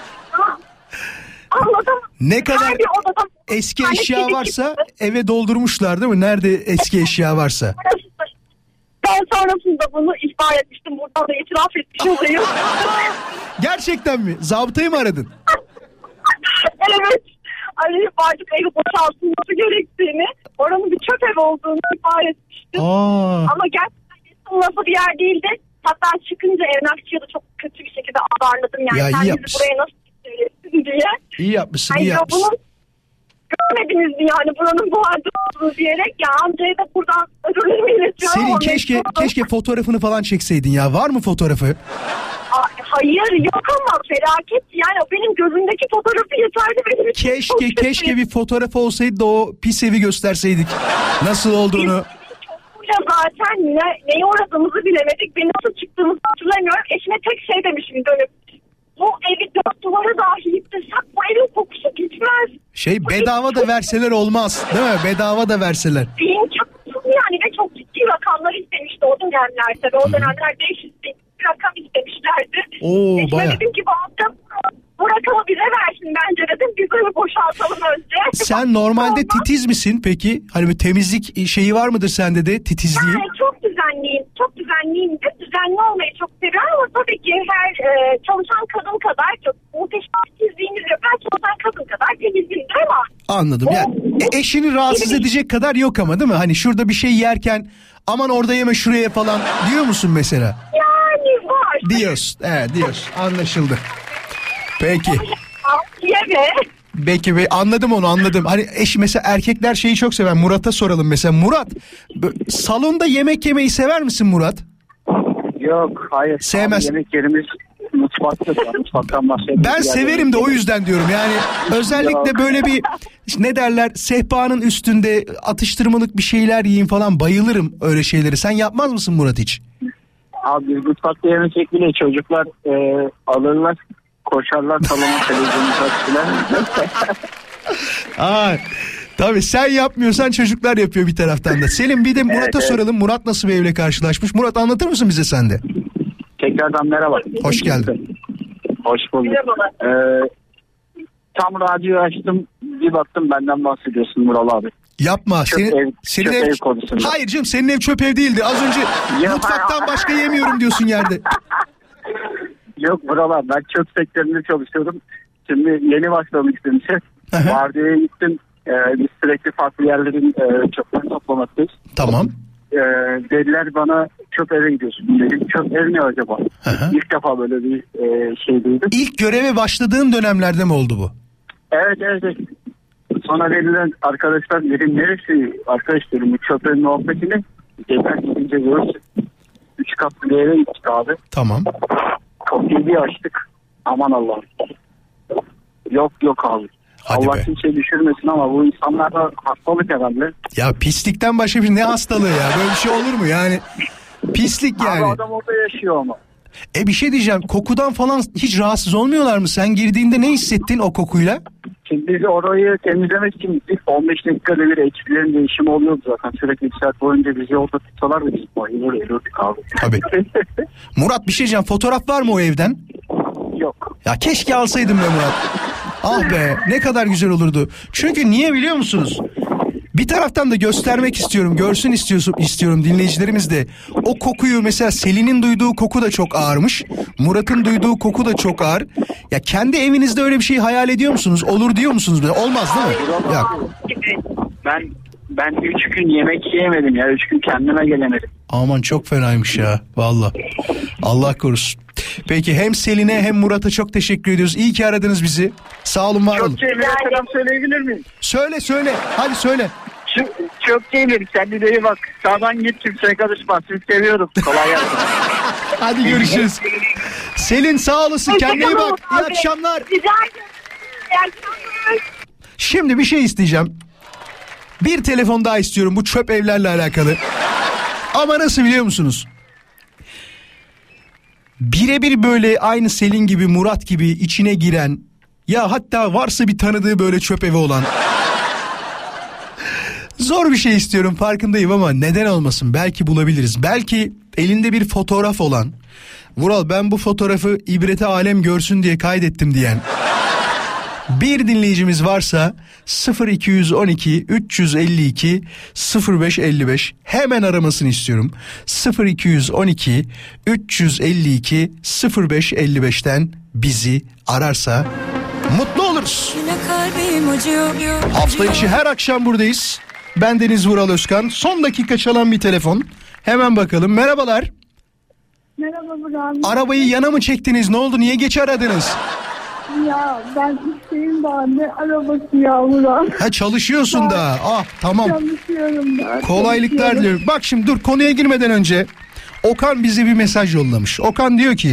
Anladım. Ne kadar Her bir odada eski tane eşya kedi varsa çıktı. eve doldurmuşlar değil mi? Nerede eski eşya varsa. Ben sonrasında bunu ihbar etmiştim. Buradan da itiraf etmiş olayım. Gerçekten mi? Zabıtayı mı aradın? Evet. Arayıp artık evi boşaltılması gerektiğini, oranın bir çöp ev olduğunu ihbar etmiştim. Aa. Ama gerçekten nasıl bir yer değildi. Hatta çıkınca emlakçıya da çok kötü bir şekilde azarladım. Yani Ya iyi sen bizi yapmışsın. buraya nasıl getirirsin diye. İyi yapmışsın, Hani iyi ya yapmışsın. bunu görmediniz mi yani buranın bu halde olduğunu diyerek ya amcaya da buradan özürlerimi iletiyorum. Senin Ama keşke mecburum. keşke fotoğrafını falan çekseydin ya. Var mı fotoğrafı? Aa, hayır yok ama felaket yani o benim gözümdeki fotoğrafı yeterli benim için. Çok Keşke kötü. keşke bir fotoğraf olsaydı da o pis evi gösterseydik. Nasıl olduğunu. Ya zaten ne, neye uğradığımızı bilemedik ve nasıl çıktığımızı hatırlamıyorum. Eşime tek şey demişim dönüp. Bu evi dört duvara dahi yıktırsak bu evin kokusu gitmez. Şey bedava da verseler olmaz. Değil mi? Bedava da verseler. İmkansız yani ve çok ciddi rakamlar istemişti o dönemler tabii. O dönemler beş yüz bin rakam istemişlerdi. Oo, Eşime baya. dedim ki bu hafta bu rakamı bize versin bence dedim. Biz onu boşaltalım önce. Sen normalde Ondan- titiz misin peki? Hani bir temizlik şeyi var mıdır sende de titizliği? Yani çok düzenliyim. Çok düzenliyim de düzenli olmayı çok seviyorum ama tabii ki her e, çalışan kadın kadar çok muhteşem titizliğimiz yok. Ben çalışan kadın kadar temizliğimdir ama. Anladım. Yani e, eşini rahatsız edecek kadar yok ama değil mi? Hani şurada bir şey yerken aman orada yeme şuraya falan diyor musun mesela? Yani var. Diyorsun. Evet diyorsun. Anlaşıldı. Peki. Yeme. Peki be, anladım onu anladım. Hani eş mesela erkekler şeyi çok sever. Murat'a soralım mesela. Murat bö- salonda yemek yemeyi sever misin Murat? Yok hayır. Sevmez. Abi, yemek yerimiz mutfakta. Mutfaktan bahsediyoruz. Ben severim de o yüzden diyorum. Yani özellikle böyle bir ne derler sehpanın üstünde atıştırmalık bir şeyler yiyeyim falan bayılırım öyle şeyleri. Sen yapmaz mısın Murat hiç? Abi biz mutfakta yemek bile çocuklar e, alırlar. Koşarlar salona televizyonu açtılar. Aa, tabii sen yapmıyorsan çocuklar yapıyor bir taraftan da. Selim bir de Murat'a Evet, evet. soralım. Murat nasıl bir evle karşılaşmış? Murat anlatır mısın bize sen de? Tekrardan merhaba. Hoş geldin. Hoş bulduk. Merhabalar. Ee, tam radyoyu açtım. Bir baktım benden bahsediyorsun Mural abi. Yapma. Çöp Senin, ev- senin çöp ev... ev konusunda. Hayır canım senin ev çöp ev değildi. Az önce Ya. mutfaktan başka yemiyorum diyorsun yerde. Yok Mural abi ben çöp sektöründe çalışıyordum. Şimdi yeni başlamıştım işe. Aha. Vardiyaya gittim. Ee, biz sürekli farklı yerlerin e, çöplerini toplamaktayız. Tamam. Ee, dediler bana çöp eve gidiyorsun. Dedim çöp ev ne acaba? Aha. İlk defa böyle bir e, şey duydum. İlk göreve başladığın dönemlerde mi oldu bu? Evet evet. evet. Sonra dediler arkadaşlar dedim neresi arkadaş dedim bu çöp ev muhabbetini. Dediler gidince görürsün. Üç katlı bir eve gittik abi. Tamam. Kapıyı bir açtık. Aman Allah'ım. Yok yok abi. Hadi Allah be. kimse düşürmesin ama bu insanlarda hastalık herhalde. Ya pislikten başka bir şey ne hastalığı ya? Böyle bir şey olur mu yani? Pislik yani. Abi adam orada yaşıyor ama. E bir şey diyeceğim. Kokudan falan hiç rahatsız olmuyorlar mı? Sen girdiğinde ne hissettin o kokuyla? Şimdi biz orayı temizlemek için gittik. on beş dakikada bir ekiplerin değişimi oluyordu zaten. Sürekli bir saat boyunca bizi orada tutsalar da biz bayılır ölürdük abi. Tabii. Murat bir şey diyeceğim. Fotoğraf var mı o evden? Yok. Ya keşke alsaydım be Murat. Ah be ne kadar güzel olurdu. Çünkü niye biliyor musunuz? Bir taraftan da göstermek istiyorum, görsün istiyorsun, istiyorum dinleyicilerimiz de. O kokuyu mesela Selin'in duyduğu koku da çok ağırmış. Murat'ın duyduğu koku da çok ağır. Ya kendi evinizde öyle bir şey hayal ediyor musunuz? Olur diyor musunuz? Olmaz değil mi? Yok. Ben ben üç gün yemek yiyemedim ya. Üç gün kendime gelemedim. Aman çok fenaymış ya. Vallahi. Allah korusun. Peki hem Selin'e hem Murat'a çok teşekkür ediyoruz. İyi ki aradınız bizi. Sağ olun, var olun. Çok Cemil'e selam söyleyebilir miyim? Söyle söyle. Hadi söyle. Çok, çok Cemil, kendine iyi bak. Sağdan git, kimseye karışma. Sizi seviyorum. Kolay gelsin. Hadi görüşürüz. Selin sağ olasın. Kendine iyi bak. İyi akşamlar. Rica ederim. İyi akşamlar. Şimdi bir şey isteyeceğim. Bir telefon daha istiyorum bu çöp evlerle alakalı. Ama nasıl biliyor musunuz? Birebir böyle aynı Selin gibi, Murat gibi içine giren, ya hatta varsa bir tanıdığı böyle çöp evi olan. Zor bir şey istiyorum, farkındayım ama neden olmasın, belki bulabiliriz. Belki elinde bir fotoğraf olan, Vural ben bu fotoğrafı ibrete alem görsün diye kaydettim diyen bir dinleyicimiz varsa sıfır iki on iki üç yüz elli iki sıfır beş elli beş hemen aramasını istiyorum. sıfır iki on iki üç yüz elli iki sıfır beş elli beşten bizi ararsa mutlu oluruz. Hafta içi her akşam buradayız. Ben Deniz Vural Özkan. Son dakika çalan bir telefon. Hemen bakalım. Merhabalar. Merhaba Vural. Arabayı yana mı çektiniz? Ne oldu? Niye geç aradınız? Ya ben işteyim daha ne arabası ya Vural. Ha çalışıyorsun da. Ah tamam. Çalışıyorum da. Kolaylıklar diliyorum. Bak şimdi dur, konuya girmeden önce Okan bize bir mesaj yollamış. Okan diyor ki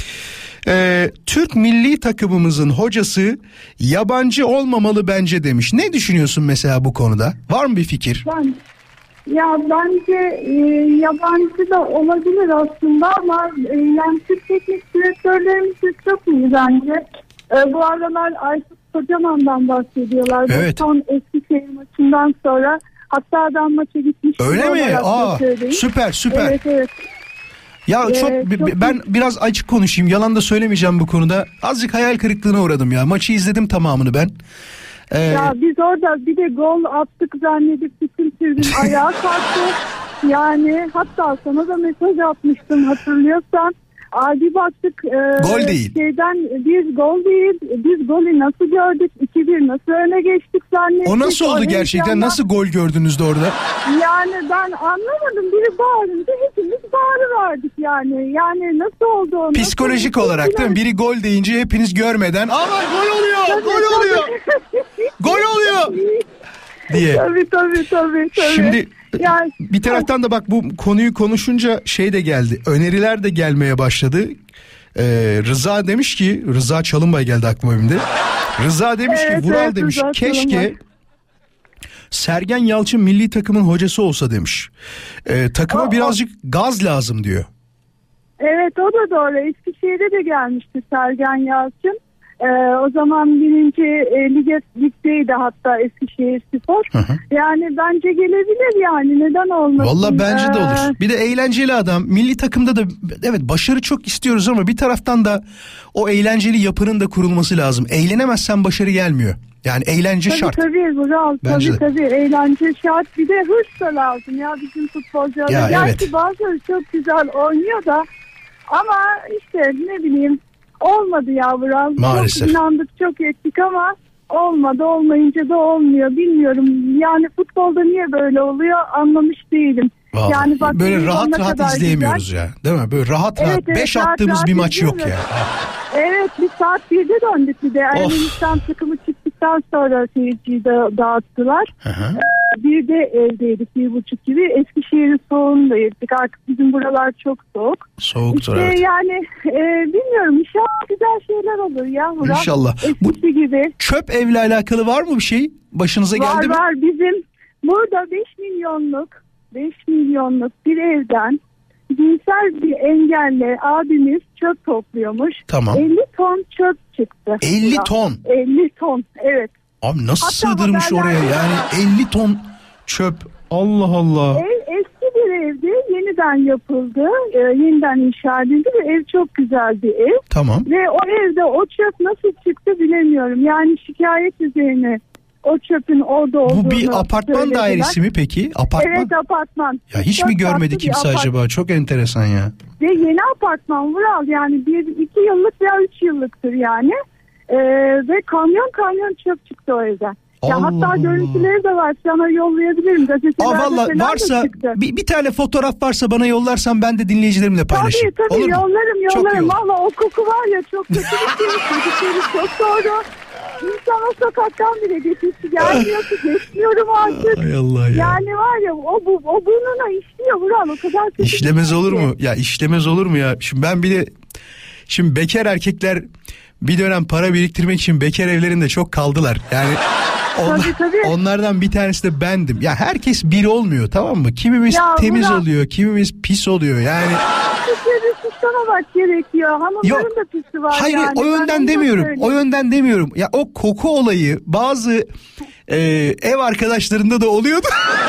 e, Türk milli takımımızın hocası yabancı olmamalı bence demiş. Ne düşünüyorsun mesela bu konuda? Var mı bir fikir? Ben, ya bence e, yabancı da olabilir aslında ama e, yani Türk teknik direktörlerimiz de çok iyi bence. E, bu aralar Aykut Kocaman'dan bahsediyorlar. Evet. Son Eskişehir maçından sonra hatta adam maça gitmiş. Öyle mi? Aa, süper süper. Evet evet. Ya Ee, çok, çok ben biraz açık konuşayım. Yalan da söylemeyeceğim bu konuda. Azıcık hayal kırıklığına uğradım ya. Maçı izledim tamamını ben. Ee, ya biz orada bir de gol attık zannedip bütün tribün ayağa kalktı. Yani hatta sana da mesaj atmıştım hatırlıyorsan. Abi baktık e, gol değil. Şeyden, biz gol değil. Biz golü nasıl gördük? iki bir nasıl öne geçtik zannettik. O nasıl oldu o gerçekten? Heyecanla... Nasıl gol gördünüz de orada? Yani ben anlamadım. Biri bağırınca hepimiz bağırıverdik yani. Yani nasıl oldu o? Psikolojik nasıl olarak değil mi? Biri gol deyince hepiniz görmeden aman gol oluyor, tabii, gol tabii. oluyor. Gol oluyor diye. Tabii tabii tabii. tabii. Şimdi yani, bir taraftan da bak bu konuyu konuşunca şey de geldi. Öneriler de gelmeye başladı. Ee, Rıza demiş ki, Rıza Çalınbay geldi aklıma şimdi. Rıza demiş evet, ki Vural evet, demiş Rıza keşke Çalınbay. Sergen Yalçın milli takımın hocası olsa demiş. Ee, takıma o, birazcık o. gaz lazım diyor. Evet o da doğru. Eskişehir'e de gelmişti Sergen Yalçın. Ee, o zaman birinci e, lige, ligdeydi hatta Eskişehir Spor. Hı hı. Yani bence gelebilir yani neden olmasın. Valla bence ee... de olur. Bir de eğlenceli adam. Milli takımda da evet başarı çok istiyoruz ama bir taraftan da o eğlenceli yapının da kurulması lazım. Eğlenemezsen başarı gelmiyor. Yani eğlence tabii, şart. Tabii Vural tabii tabii eğlence şart. Bir de hırs da lazım ya bizim futbolcular. Ya, gerçi evet. Bazıları çok güzel oynuyor da ama işte ne bileyim olmadı ya Vural. Maalesef. Çok inandık çok ettik ama olmadı, olmayınca da olmuyor bilmiyorum. Yani futbolda niye böyle oluyor anlamış değilim. Vallahi. Yani bak, böyle rahat rahat izleyemiyoruz güzel. Ya değil mi? Böyle rahat rahat beş evet, attığımız rahat bir maç yok ya. Evet bir saat birde döndük bir de. Ermenistan takımı çıktıktan sonra seyirciyi de dağıttılar. Ee, bir de evdeydik bir buçuk gibi. Eskişehir'in soğuğundaydık. Artık bizim buralar çok soğuk. Soğuktur işte evet. Yani e, bilmiyorum inşallah güzel şeyler olur ya. Murat. İnşallah. Eskisi Bu gibi. Çöp evle alakalı var mı bir şey? Başınıza var, geldi mi? Var var bizim burada beş milyonluk beş milyonluk bir evden cinsel bir engelli abimiz çöp topluyormuş. Tamam. elli ton çöp çıktı. elli ton? elli ton evet. Abi nasıl hatta sığdırmış oraya yani elli ton çöp. Allah Allah. Ev eski bir evdi. Yeniden yapıldı. E, yeniden inşa edildi ve ev çok güzel bir ev. Tamam. Ve o evde o çöp nasıl çıktı bilemiyorum. Yani şikayet üzerine o çöpün orada olduğunu Bu bir apartman söylediler. dairesi mi peki? Apartman? Evet, apartman. Ya hiç Çok mi görmedi tatlı bir kimse apart- acaba? Çok enteresan ya. Ve yeni apartman Vural, yani bir iki yıllık veya üç yıllıktır yani. Ee, ve kamyon kamyon çöp çıktı o evden. Ya Allah hatta Allah. görüntüleri de var, sana yollayabilirim. Aa, Gazetelerde valla falan da varsa çıktı. bir, bir tane fotoğraf varsa bana yollarsan ben de dinleyicilerimle paylaşayım. Tabii tabii Olur mu? yollarım Çok iyi yollarım. olur. Valla o koku var ya, çok kötü bir şey. Çocukları çok doğru. İnsan o sokaktan bile geçişi gelmiyor ki, geçmiyorum artık. Ay Allah ya. Yani var ya, o, bu, o burnuna işliyor Vural, o kadar kötü. İşlemez bir şey olur ki. mu? Ya işlemez olur mu ya? Şimdi ben bir de şimdi bekar erkekler bir dönem para biriktirmek için bekar evlerinde çok kaldılar. Yani on- Tabii, tabii. onlardan bir tanesi de bendim. Ya herkes bir olmuyor, tamam mı? Kimimiz Ya temiz Murat- oluyor, kimimiz pis oluyor. Yani Türkiye'de suçlamamak gerekiyor. Hanımların Yok. da pisi var Hayır, yani. o Ben onu yönden da demiyorum. söyleyeyim. O yönden demiyorum. Ya o koku olayı bazı e, ev arkadaşlarında da oluyordu.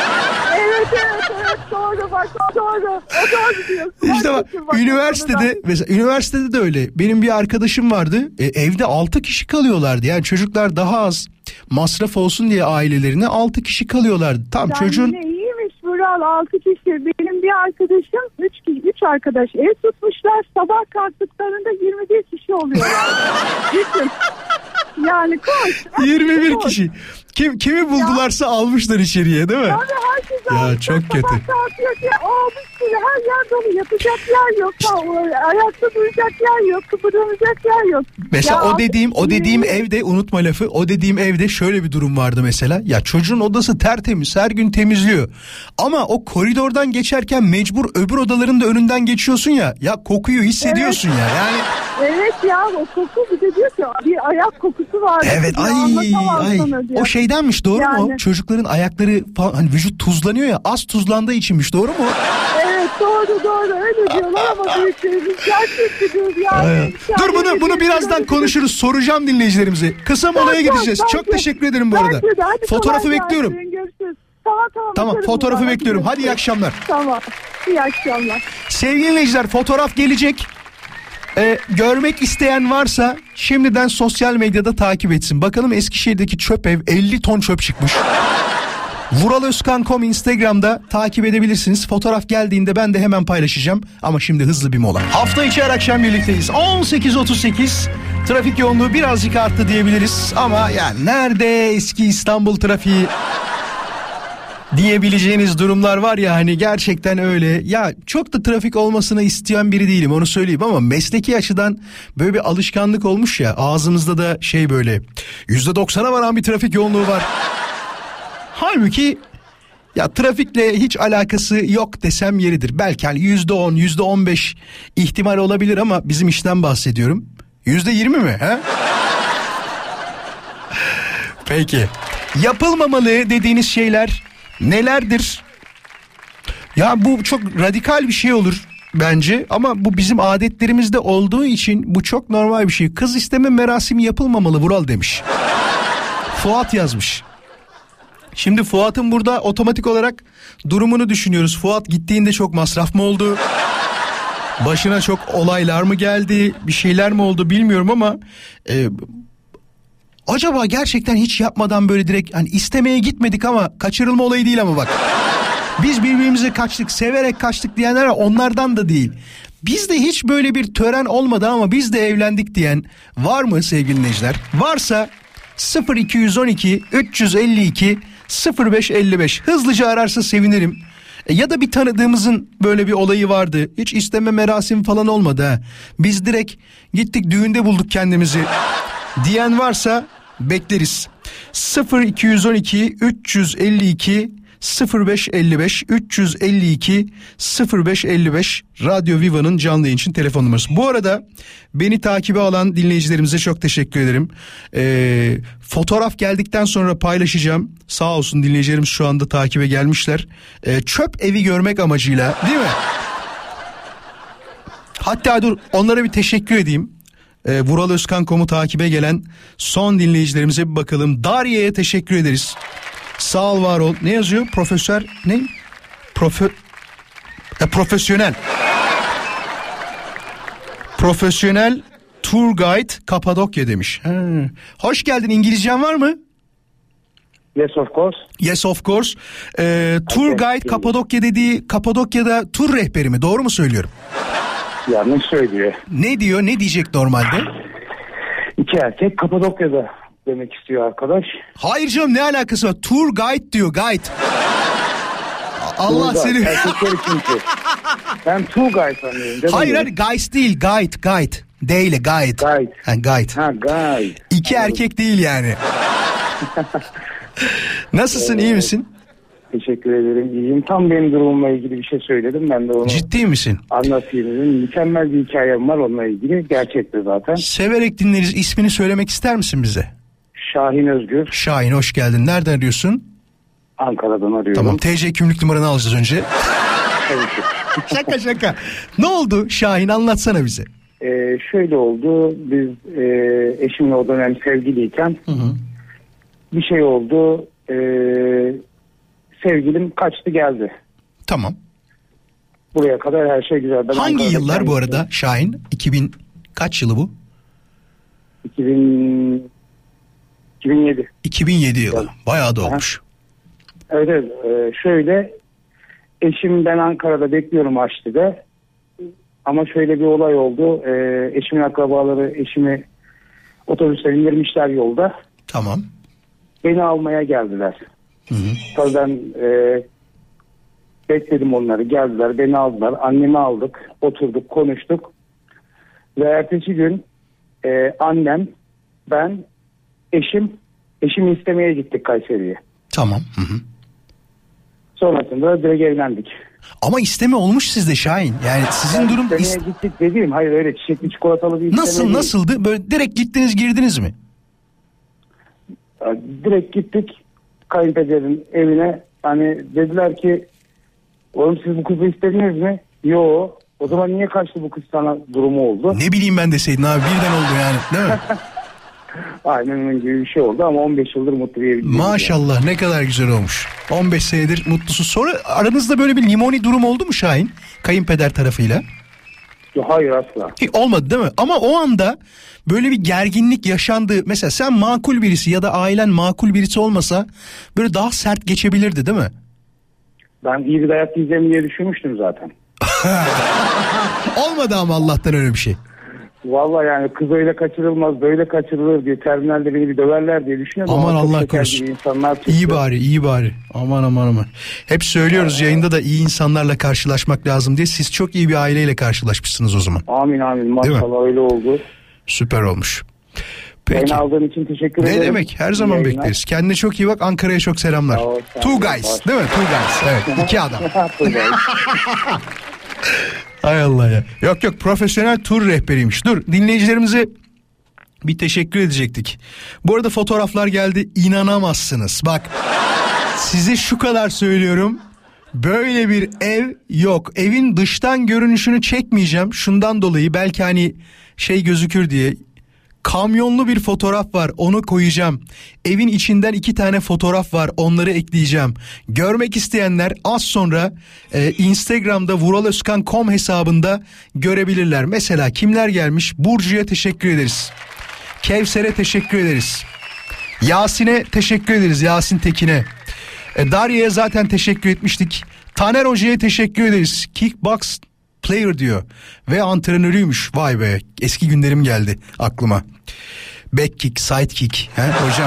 Evet evet evet, doğru bak, o doğru. O doğru diyorsun. İşte bak, Haklısın bak, üniversitede mesela üniversitede de öyle. Benim bir arkadaşım vardı. E, evde altı kişi kalıyorlardı. Yani çocuklar daha az masraf olsun diye ailelerine altı kişi kalıyorlardı. Tam Yani çocuğun yine iyiymiş Vural, altı kişi. Benim bir arkadaşım üç üç arkadaş ev tutmuşlar. Sabah kalktıklarında yirmi bir kişi oluyorlar. Düşün. Yani koş. yirmi bir koş. kişi. Kim kimi buldularsa almışlar içeriye, değil mi? Abi herkes Ya almış. çok kötü. Sabah kalkıyor ki o bir sürü, her yer dolu, yatacak yer yok. Ha, o, ayakta duracak yer yok. Kıpırdanacak yer yok. Mesela Ya o artık dediğim o dediğim yirmi evde, unutma lafı, o dediğim evde şöyle bir durum vardı mesela. Ya çocuğun odası tertemiz, her gün temizliyor. Ama o koridordan geçerken mecbur öbür odaların da önünden geçiyorsun ya. Ya kokuyu hissediyorsun ya. Yani Evet ya, o koku, bir de diyor ki bir ayak kokusu var. evet, diyor, ay anlatamam ay. sana diyor. O şeydenmiş, doğru mu? Yani. Çocukların ayakları falan, hani vücut tuzlanıyor ya, az tuzlandığı içinmiş, doğru mu? Evet doğru doğru, öyle diyorlar ama büyüklerimiz gerçekçidir yani. Ay. Dur, bunu bunu birazdan konuşuruz. Soracağım dinleyicilerimize. Kısa molaya Tamam, gideceğiz. tamam, Çok tamam. teşekkür ederim bu arada. Bence de, hadi Fotoğrafı kolay bekliyorum. gelsin, görüşürüz. Tamam tamam. Tamam, bakarım fotoğrafı buna, hadi bekliyorum. Hadi iyi görüşürüz. akşamlar. Tamam. İyi akşamlar. Sevgili dinleyiciler, fotoğraf gelecek. Ee, görmek isteyen varsa şimdiden sosyal medyada takip etsin. Bakalım Eskişehir'deki çöp ev, elli ton çöp çıkmış. vural özkan nokta com Instagram'da takip edebilirsiniz. Fotoğraf geldiğinde ben de hemen paylaşacağım. Ama şimdi hızlı bir mola. Hafta içi her akşam birlikteyiz. on sekiz otuz sekiz. Trafik yoğunluğu birazcık arttı diyebiliriz. Ama yani nerede eski İstanbul trafiği diyebileceğiniz durumlar var ya, hani gerçekten öyle. Ya çok da trafik olmasını isteyen biri değilim, onu söyleyeyim, ama mesleki açıdan böyle bir alışkanlık olmuş ya, ağzımızda da şey böyle yüzde doksana varan bir trafik yoğunluğu var. Halbuki ya trafikle hiç alakası yok desem yeridir. Belki hani yüzde on, yüzde on beş ihtimal olabilir ama bizim işten bahsediyorum. Yüzde yirmi mi? He? Peki. Yapılmamalı dediğiniz şeyler nelerdir? Ya bu çok radikal bir şey olur bence, ama bu bizim adetlerimizde olduğu için bu çok normal bir şey. Kız isteme merasimi yapılmamalı Vural demiş. Fuat yazmış. Şimdi Fuat'ın burada otomatik olarak durumunu düşünüyoruz. Fuat gittiğinde çok masraf mı oldu? Başına çok olaylar mı geldi? Bir şeyler mi oldu bilmiyorum ama e, acaba gerçekten hiç yapmadan böyle direkt, hani istemeye gitmedik ama kaçırılma olayı değil ama bak. Biz birbirimize kaçtık, severek kaçtık diyenler var, onlardan da değil. Bizde hiç böyle bir tören olmadı ama biz de evlendik diyen var mı sevgili dinleyiciler? Varsa sıfır iki yüz on iki üç yüz elli iki sıfır beş elli beş hızlıca ararsa sevinirim. E ya da bir tanıdığımızın böyle bir olayı vardı. Hiç isteme merasimi falan olmadı ha. Biz direkt gittik düğünde bulduk kendimizi diyen varsa bekleriz. sıfır iki yüz on iki üç yüz elli iki sıfır beş elli beş üç yüz elli iki sıfır beş elli beş Radyo Viva'nın canlı yayın için telefon numarası. Bu arada beni takibe alan dinleyicilerimize çok teşekkür ederim. Ee, fotoğraf geldikten sonra paylaşacağım. Sağ olsun dinleyicilerimiz şu anda takibe gelmişler. Ee, çöp evi görmek amacıyla, değil mi? Hatta dur, onlara bir teşekkür edeyim. Ee, vural özkan nokta com'u takibe gelen son dinleyicilerimize bir bakalım. Dariye'ye teşekkür ederiz. Sağ ol, var ol. Ne yazıyor? Profesör ne? Profe... E, profesyonel. Profesyonel tour guide Kapadokya demiş. He. Hoş geldin. İngilizcen var mı? Yes of course. Yes of course. Ee, tour Okay. guide Kapadokya dediği Kapadokya'da tur rehberi mi? Doğru mu söylüyorum? Yanlış söylüyor. Ne diyor? Ne diyecek normalde? İki erkek Kapadokya'da demek istiyor arkadaş. Hayır canım, ne alakası var? Tour guide diyor, guide. Allah Tour seni... guide, erkekler çünkü. Ben tour guide sanıyorum. Hayır hayır, guys değil, guide, guide. D ile guide. Guide. Ha, guide. Ha guide. İki Anladım. erkek değil yani. Nasılsın, iyi misin? Teşekkür ederim. İyiyim. Tam benim durumumla ilgili bir şey söyledim. Ben de onu Ciddi misin? anlatayım dedim. Mükemmel bir hikayem var onunla ilgili. Gerçekti zaten. Severek dinleriz. İsmini söylemek ister misin bize? Şahin Özgür. Şahin, hoş geldin. Nereden arıyorsun? Ankara'dan arıyorum. Tamam, T C kimlik numaranı alacağız önce. Tabii ki. Şaka şaka. Ne oldu Şahin, anlatsana bize. Ee, şöyle oldu. Biz e, eşimle o dönem sevgiliyken Hı hı. bir şey oldu. Ee, sevgilim kaçtı geldi. Tamam. Buraya kadar her şey güzel. Ben Hangi Ankara'da yıllar bu kendisi- arada Şahin? iki bin kaç yılı bu? iki bin iki bin yedi. iki bin yedi yılı. Bayağı da olmuş. Evet, evet. Ee, şöyle eşim, ben Ankara'da bekliyorum Aşti'de. Ama şöyle bir olay oldu. Ee, eşimin akrabaları eşimi otobüse indirmişler yolda. Tamam. Beni almaya geldiler. Hı hı. Tabii ben e, bekledim onları. Geldiler, beni aldılar. Annemi aldık. Oturduk, konuştuk. Ve ertesi gün e, annem, ben, eşim, eşimi istemeye gittik Kayseri'ye. Tamam. Hı hı. Sonrasında direkt evlendik. Ama isteme olmuş sizde Şahin. Yani sizin durum İstemeye is- gittik dediğim, hayır öyle çiçekli çikolatalı bir isteme nasıl değil. nasıldı? Böyle direkt gittiniz, girdiniz mi? Direkt gittik kayınpederin evine. Hani dediler ki, oğlum siz bu kızı istediniz mi? Yo. O zaman niye kaçtı bu kız sana durumu oldu. Ne bileyim ben deseydin abi, birden oldu yani, değil mi? Aynen onun gibi bir şey oldu ama on beş yıldır mutlu bir Maşallah yani. Ne kadar güzel olmuş. on beş senedir mutlusun. Sonra aranızda böyle bir limoni durum oldu mu Şahin? Kayınpeder tarafıyla. Yo, hayır asla. Hiç olmadı değil mi? Ama o anda böyle bir gerginlik yaşandı. Mesela sen makul birisi ya da ailen makul birisi olmasa böyle daha sert geçebilirdi değil mi? Ben iyi bir dayak yiyeceğim diye düşünmüştüm zaten. Olmadı ama Allah'tan öyle bir şey. Vallahi yani kız öyle kaçırılmaz, böyle kaçırılır diye, terminalde beni bir döverler diye düşünüyordum. Aman Ama çok Allah şeker korusun. gibi insanlar çıktı. İyi bari, iyi bari. Aman aman aman. Hep söylüyoruz yayında da iyi insanlarla karşılaşmak lazım diye. Siz çok iyi bir aileyle karşılaşmışsınız o zaman. Amin amin, maşallah öyle oldu. Süper olmuş. Beni Peki. aldığın için teşekkür Ne ederim. demek? Her zaman İyi yayınlar. bekleriz. Kendine çok iyi bak. Ankara'ya çok selamlar. Sağ ol, sağ ol. Two guys, değil mi? Two guys. Evet, iki adam. Two guys. Hay Allah ya. Yok yok, profesyonel tur rehberiymiş. Dur, dinleyicilerimize bir teşekkür edecektik. Bu arada fotoğraflar geldi. İnanamazsınız. Bak, size şu kadar söylüyorum. Böyle bir ev yok. Evin dıştan görünüşünü çekmeyeceğim. Şundan dolayı, belki hani şey gözükür diye. Kamyonlu bir fotoğraf var, onu koyacağım. Evin içinden iki tane fotoğraf var, onları ekleyeceğim. Görmek isteyenler az sonra e, Instagram'da vuraloskan nokta com hesabında görebilirler. Mesela kimler gelmiş? Burcu'ya teşekkür ederiz. Kevser'e teşekkür ederiz. Yasin'e teşekkür ederiz, Yasin Tekin'e. E, Darya'ya zaten teşekkür etmiştik. Taner Hoca'ya teşekkür ederiz. Kickbox player diyor ve antrenörüymüş. Vay be, eski günlerim geldi aklıma. Back kick, side kick. He hocam?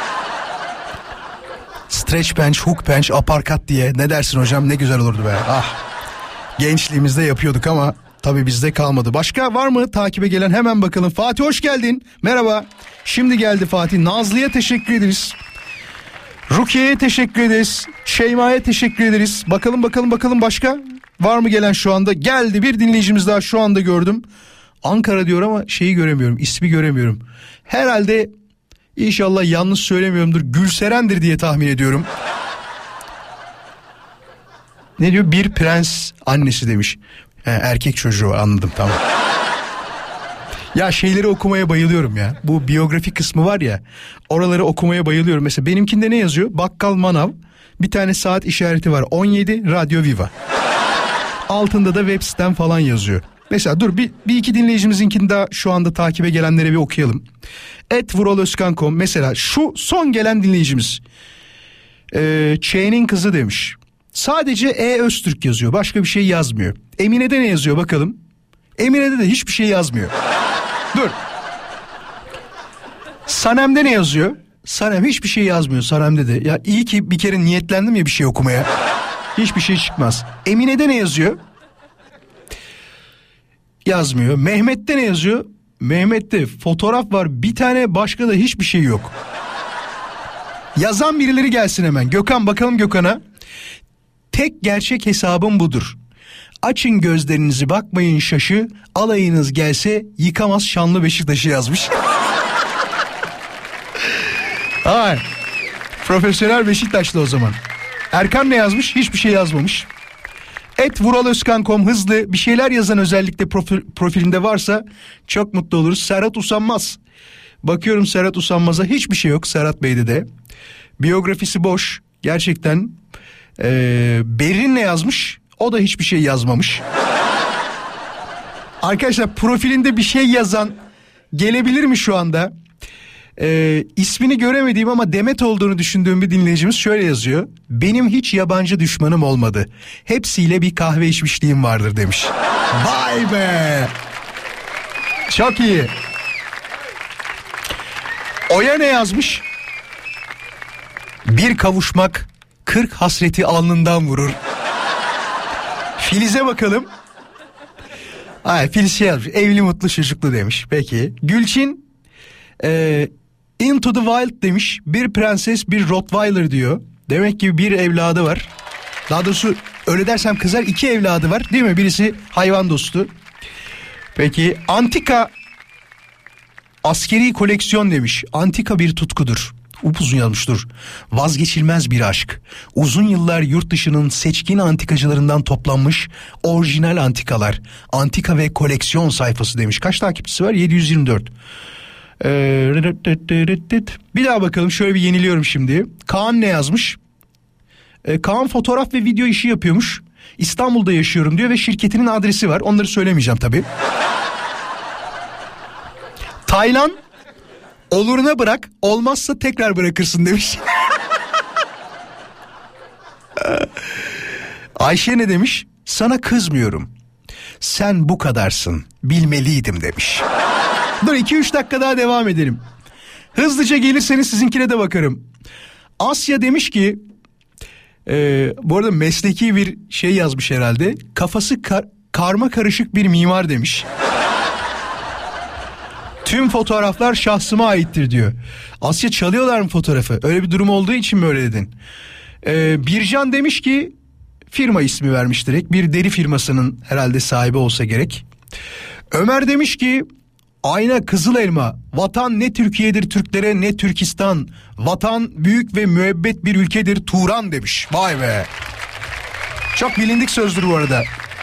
Stretch bench, hook bench, uppercut diye. Ne dersin hocam? Ne güzel olurdu be. Ah. Gençliğimizde yapıyorduk ama tabii bizde kalmadı. Başka var mı takibe gelen? Hemen bakalım. Fatih hoş geldin. Merhaba. Şimdi geldi Fatih. Nazlı'ya teşekkür ederiz. Rukiye'ye teşekkür ederiz. Şeyma'ya teşekkür ederiz. Bakalım bakalım bakalım başka var mı gelen şu anda? Geldi bir dinleyicimiz daha, şu anda gördüm. Ankara diyor ama şeyi göremiyorum, ismi göremiyorum. Herhalde, inşallah yanlış söylemiyorumdur, Gülseren'dir diye tahmin ediyorum. Ne diyor? Bir prens annesi demiş. He, erkek çocuğu, anladım, tamam. Ya şeyleri okumaya bayılıyorum ya. Bu biyografi kısmı var ya. Oraları okumaya bayılıyorum. Mesela benimkinde ne yazıyor? Bakkal Manav. Bir tane saat işareti var. on yedi Radyo Viva. Altında da web sitem falan yazıyor. Mesela dur bir, bir iki dinleyicimizinkini daha şu anda takibe gelenlere bir okuyalım. et vuraloskan nokta com. Mesela şu son gelen dinleyicimiz. Ee, Ç'nin kızı demiş. Sadece E Öztürk yazıyor. Başka bir şey yazmıyor. Emine'de ne yazıyor bakalım? Emine'de de hiçbir şey yazmıyor. Dur. Sanem'de ne yazıyor? Sanem hiçbir şey yazmıyor Sanem'de de. Ya iyi ki bir kere niyetlendim ya bir şey okumaya. Hiçbir şey çıkmaz. Emine'de ne yazıyor? Yazmıyor. Mehmet'te ne yazıyor? Mehmet'te fotoğraf var bir tane, başka da hiçbir şey yok. Yazan birileri gelsin hemen. Gökhan, bakalım Gökhan'a. Tek gerçek hesabım budur. Açın gözlerinizi, bakmayın şaşı, alayınız gelse yıkamaz şanlı Beşiktaş'ı yazmış. Hayır. Profesyonel Beşiktaşlı o zaman. Erkan ne yazmış? Hiçbir şey yazmamış. Et vural özkan nokta com hızlı bir şeyler yazan özellikle profil, profilinde varsa çok mutlu oluruz. Serhat Usanmaz. Bakıyorum Serhat Usanmaz'a hiçbir şey yok Serhat Bey'de de. Biyografisi boş. Gerçekten. Ee, Berin ne yazmış? O da hiçbir şey yazmamış. Arkadaşlar profilinde bir şey yazan gelebilir mi şu anda? Ee, ismini göremediğim ama Demet olduğunu düşündüğüm bir dinleyicimiz şöyle yazıyor. Benim hiç yabancı düşmanım olmadı. Hepsiyle bir kahve içmişliğim vardır demiş. Vay be! Çok iyi. Oya ne yazmış? Bir kavuşmak kırk hasreti alnından vurur. Filiz'e bakalım. Ay, Filiz şey yazmış. Evli mutlu çocuklu demiş. Peki. Gülçin e, Into the Wild demiş. Bir prenses bir Rottweiler diyor. Demek ki bir evladı var. Daha doğrusu öyle dersem kızar, iki evladı var değil mi? Birisi hayvan dostu. Peki antika askeri koleksiyon demiş. Antika bir tutkudur. Upuzun yazmıştır. Vazgeçilmez bir aşk. Uzun yıllar yurt dışının seçkin antikacılarından toplanmış orijinal antikalar. Antika ve koleksiyon sayfası demiş. Kaç takipçisi var? yedi yüz yirmi dört. Ee, bir daha bakalım, şöyle bir yeniliyorum şimdi. Kaan ne yazmış? Ee, Kaan fotoğraf ve video işi yapıyormuş. İstanbul'da yaşıyorum diyor ve şirketinin adresi var. Onları söylemeyeceğim tabii. Taylan oluruna bırak, olmazsa tekrar bırakırsın demiş. Ayşe ne demiş? Sana kızmıyorum. Sen bu kadarsın. Bilmeliydim demiş. Dur iki üç dakika daha devam edelim. Hızlıca gelirseniz sizinkine de bakarım. Asya demiş ki e, bu arada mesleki bir şey yazmış herhalde. Kafası kar, karma karışık bir mimar demiş. Tüm fotoğraflar şahsıma aittir diyor. Asya, çalıyorlar mı fotoğrafı? Öyle bir durum olduğu için mi öyle dedin? Ee, Bircan demiş ki firma ismi vermiş direkt. Bir deri firmasının herhalde sahibi olsa gerek. Ömer demiş ki ayna kızıl elma. Vatan ne Türkiye'dir Türklere ne Türkistan. Vatan büyük ve müebbet bir ülkedir Turan demiş. Vay be. Çok bilindik sözdür bu arada.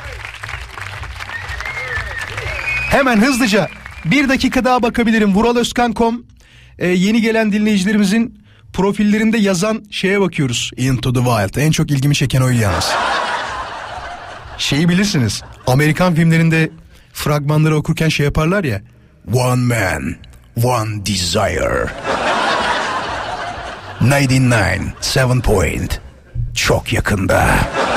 Hemen hızlıca bir dakika daha bakabilirim. vural özkan nokta com ee, yeni gelen dinleyicilerimizin profillerinde yazan şeye bakıyoruz. Into the Wild. En çok ilgimi çeken oydu yalnız. Şeyi bilirsiniz. Amerikan filmlerinde fragmanları okurken şey yaparlar ya. One man, one desire. doksan dokuz, seven point. Çok yakında.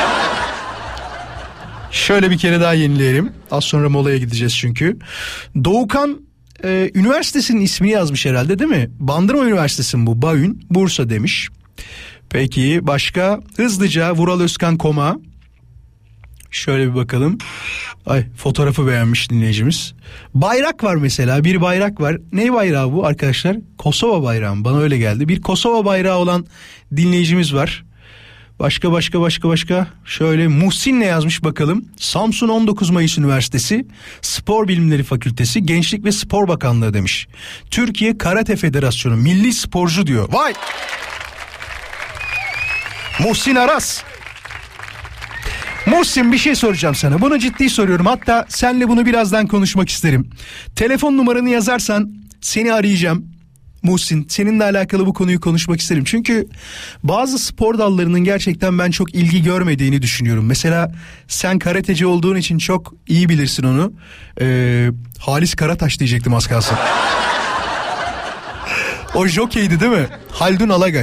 Şöyle bir kere daha yenileyelim. Az sonra molaya gideceğiz çünkü. Doğukan e, üniversitesinin ismini yazmış herhalde değil mi? Bandırma Üniversitesi mi bu? Baün, Bursa demiş. Peki başka? Hızlıca vural özkan nokta com'a şöyle bir bakalım. Ay, fotoğrafı beğenmiş dinleyicimiz. Bayrak var mesela, bir bayrak var. Ne bayrağı bu arkadaşlar? Kosova bayrağı mı? Bana öyle geldi. Bir Kosova bayrağı olan dinleyicimiz var. Başka başka başka başka. Şöyle Muhsin ne yazmış bakalım. Samsun on dokuz Mayıs Üniversitesi Spor Bilimleri Fakültesi Gençlik ve Spor Bakanlığı demiş. Türkiye Karate Federasyonu milli sporcu diyor. Vay! Muhsin Aras. Muhsin, bir şey soracağım sana. Bunu ciddi soruyorum. Hatta seninle bunu birazdan konuşmak isterim. Telefon numaranı yazarsan seni arayacağım. Muhsin, seninle alakalı bu konuyu konuşmak isterim. Çünkü bazı spor dallarının gerçekten ben çok ilgi görmediğini düşünüyorum. Mesela sen karateci olduğun için çok iyi bilirsin onu. Ee, Halis Karataş diyecektim az kalsın. O jokeydi değil mi? Haldun Alagaş.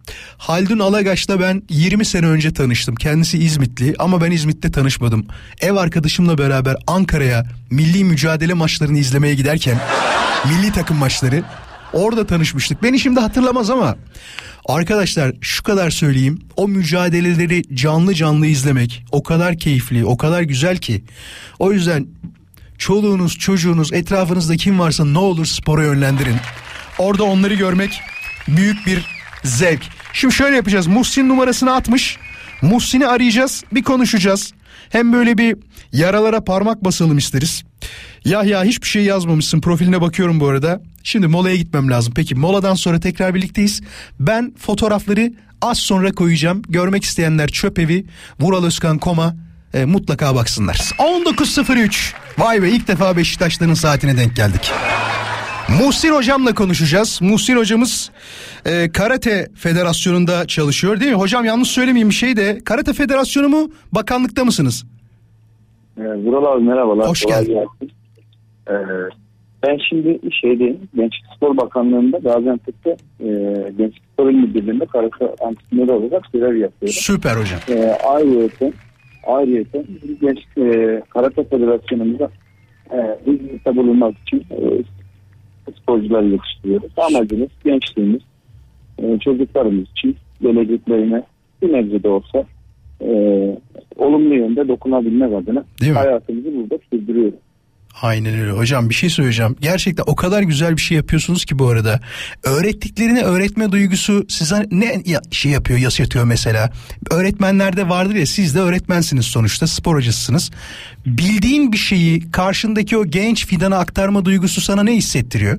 Haldun Alagaç'la ben yirmi sene önce tanıştım. Kendisi İzmitli ama ben İzmit'te tanışmadım. Ev arkadaşımla beraber Ankara'ya milli mücadele maçlarını izlemeye giderken, milli takım maçları, orada tanışmıştık. Beni şimdi hatırlamaz ama arkadaşlar şu kadar söyleyeyim, o mücadeleleri canlı canlı izlemek o kadar keyifli, o kadar güzel ki. O yüzden çoluğunuz, çocuğunuz, etrafınızda kim varsa ne olur spora yönlendirin. Orada onları görmek büyük bir zevk. Şimdi şöyle yapacağız. Muhsin numarasını atmış. Muhsin'i arayacağız, bir konuşacağız. Hem böyle bir yaralara parmak basalım isteriz. Yahya hiçbir şey yazmamışsın, profiline bakıyorum bu arada. Şimdi molaya gitmem lazım. Peki moladan sonra tekrar birlikteyiz. Ben fotoğrafları az sonra koyacağım. Görmek isteyenler Çöpevi, vural özkan nokta com'a e, mutlaka baksınlar. on dokuz sıfır üç. Vay be, ilk defa Beşiktaşların saatine denk geldik. Muhsin hocamla konuşacağız. Muhsin hocamız e, Karate Federasyonu'nda çalışıyor değil mi? Hocam yanlış söylemeyeyim bir şey de. Karate Federasyonu mu? Bakanlıkta mısınız? Ee, Vural abi merhabalar. Hoş geldin. Ee, ben şimdi şeydeyim. Gençlik Spor Bakanlığı'nda Gaziantep'te e, Gençlik Spor İl Müdürlüğü'nde karate antrenörü olarak görev yapıyorum. Süper hocam. Ee, ayrıyeten, ayrıyeten Gençlik e, Karate Federasyonu'nda e, hizmette bulunmak için e, sporcuları yetiştiriyoruz. Amacımız gençliğimiz, e, çocuklarımız için geleceklerine bir nebze de olsa e, olumlu yönde dokunabilmek adına hayatımızı burada sürdürüyoruz. Aynen öyle hocam, bir şey söyleyeceğim. Gerçekten o kadar güzel bir şey yapıyorsunuz ki bu arada. Öğrettiklerini öğretme duygusu size ne şey yapıyor, yaşatıyor mesela. Öğretmenlerde vardır ya, siz de öğretmensiniz sonuçta, spor hocasısınız. Bildiğin bir şeyi karşındaki o genç fidana aktarma duygusu sana ne hissettiriyor?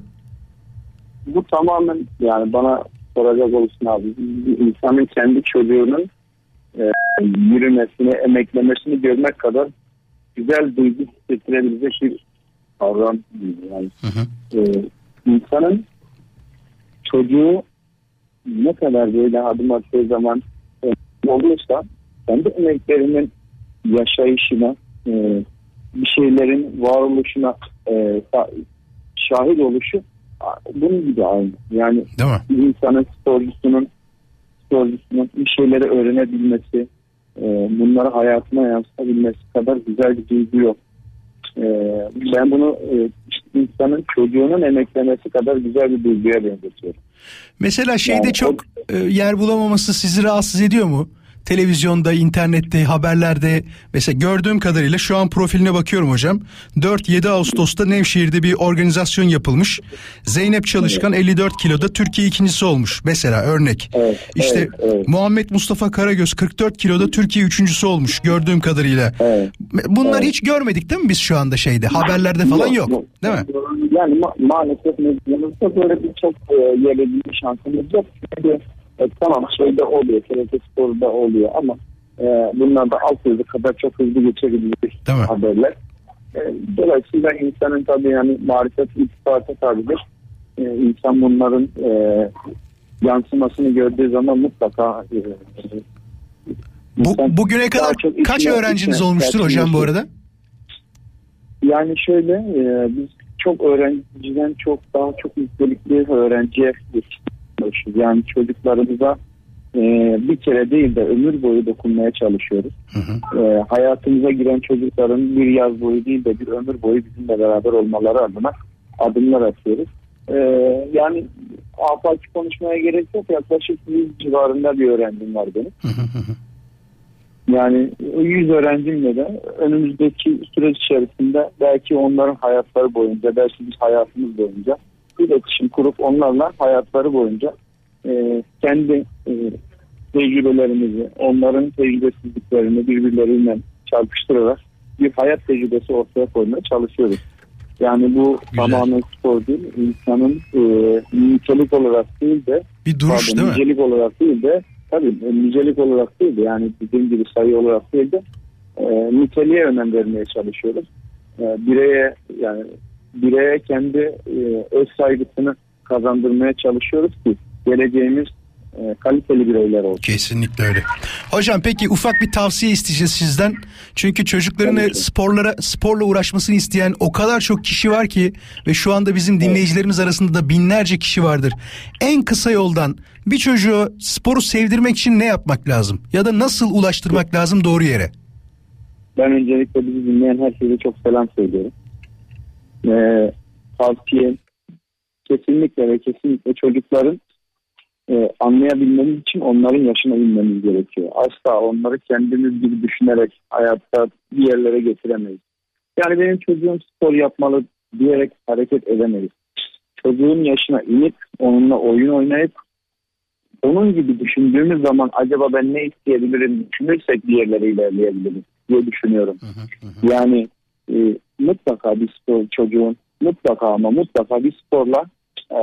Bu tamamen, yani bana soracak olursun abi, insanın kendi çocuğunun e, yürümesini, emeklemesini görmek kadar güzel duygu hissettirebilecek bir kavram. Yani hı hı. E, insanın çocuğu ne kadar böyle adım attığı zaman e, olursa kendi emeklerinin yaşayışına, e, bir şeylerin varoluşuna e, şahit oluşu bunun gibi aynı. Yani insanın sporcusunun sporcusunun bir şeyleri öğrenebilmesi, e, bunları hayatına yansıtabilmesi kadar güzel bir duygu yok. E, ben bunu e, işte insanın çocuğunun emeklemesi kadar güzel bir duyguya benzetiyorum. Mesela şeyde yani çok o, e, yer bulamaması sizi rahatsız ediyor mu? Televizyonda, internette, haberlerde mesela gördüğüm kadarıyla şu an profiline bakıyorum hocam. dört yedi Ağustos'ta Nevşehir'de bir organizasyon yapılmış. Zeynep Çalışkan evet. elli dört kiloda Türkiye ikincisi olmuş. Mesela örnek. Evet, işte evet, evet. Muhammed Mustafa Karagöz kırk dört kiloda Türkiye üçüncüsü olmuş gördüğüm kadarıyla. Evet. Bunları evet. hiç görmedik değil mi biz şu anda şeyde? Haberlerde falan yok. yok, yok. Değil mi? Yani ma- maalesef medyamızda böyle bir çok e, yer edilme şansımız yok. Çünkü E, tamam şeyde oluyor, T R T Spor'da oluyor ama e, bunlar da alt yazı kadar çok hızlı geçebilecek haberler. E, dolayısıyla insanın tabii yani marifet iltifata tabidir. E, insan bunların e, yansımasını gördüğü zaman mutlaka e, bu, bugüne kadar kaç öğrenciniz içine, olmuştur hocam bu arada? Yani şöyle e, biz çok öğrenciden çok daha çok nitelikli öğrenciye yetiştik. Yani çocuklarımıza e, bir kere değil de ömür boyu dokunmaya çalışıyoruz. Hı hı. E, hayatımıza giren çocukların bir yaz boyu değil de bir ömür boyu bizimle beraber olmaları adına adımlar atıyoruz. E, yani afaki konuşmaya gerek yok. Yaklaşık yüz civarında bir öğrencim var benim. Hı hı. Yani yüz öğrencimle de önümüzdeki süreç içerisinde belki onların hayatları boyunca, belki biz hayatımız boyunca iletişim kurup onlarla hayatları boyunca e, kendi e, tecrübelerimizi, onların tecrübesizliklerini birbirleriyle çarpıştırarak bir hayat tecrübesi ortaya koymaya çalışıyoruz. Yani bu güzel. Tamamen spor değil, insanın e, nitelik olarak değil de bir duruş pardon, değil mi? Nicelik olarak değil de tabii nicelik olarak değil de yani dediğim gibi sayı olarak değil de e, niteliğe önem vermeye çalışıyoruz. E, bireye yani bireye kendi e, öz saygısını kazandırmaya çalışıyoruz ki geleceğimiz e, kaliteli bireyler olsun. Kesinlikle öyle. Hocam peki ufak bir tavsiye isteyeceğiz sizden. Çünkü çocuklarını sporlara sporla uğraşmasını isteyen o kadar çok kişi var ki ve şu anda bizim dinleyicilerimiz arasında da binlerce kişi vardır. En kısa yoldan bir çocuğu sporu sevdirmek için ne yapmak lazım? Ya da nasıl ulaştırmak lazım doğru yere? Ben öncelikle bizi dinleyen herkese çok selam söylüyorum. Ee, tavsiye kesinlikle ve kesinlikle çocukların e, anlayabilmemiz için onların yaşına inmemiz gerekiyor. Asla onları kendimiz gibi düşünerek hayatta bir yerlere getiremeyiz. Yani benim çocuğum spor yapmalı diyerek hareket edemeyiz. Çocuğun yaşına inip onunla oyun oynayıp onun gibi düşündüğümüz zaman acaba ben ne isteyebilirim düşünürsek bir yerlere ilerleyebiliriz diye düşünüyorum. Hı hı hı. Yani e, mutlaka bir spor çocuğun mutlaka ama mutlaka bir sporla e,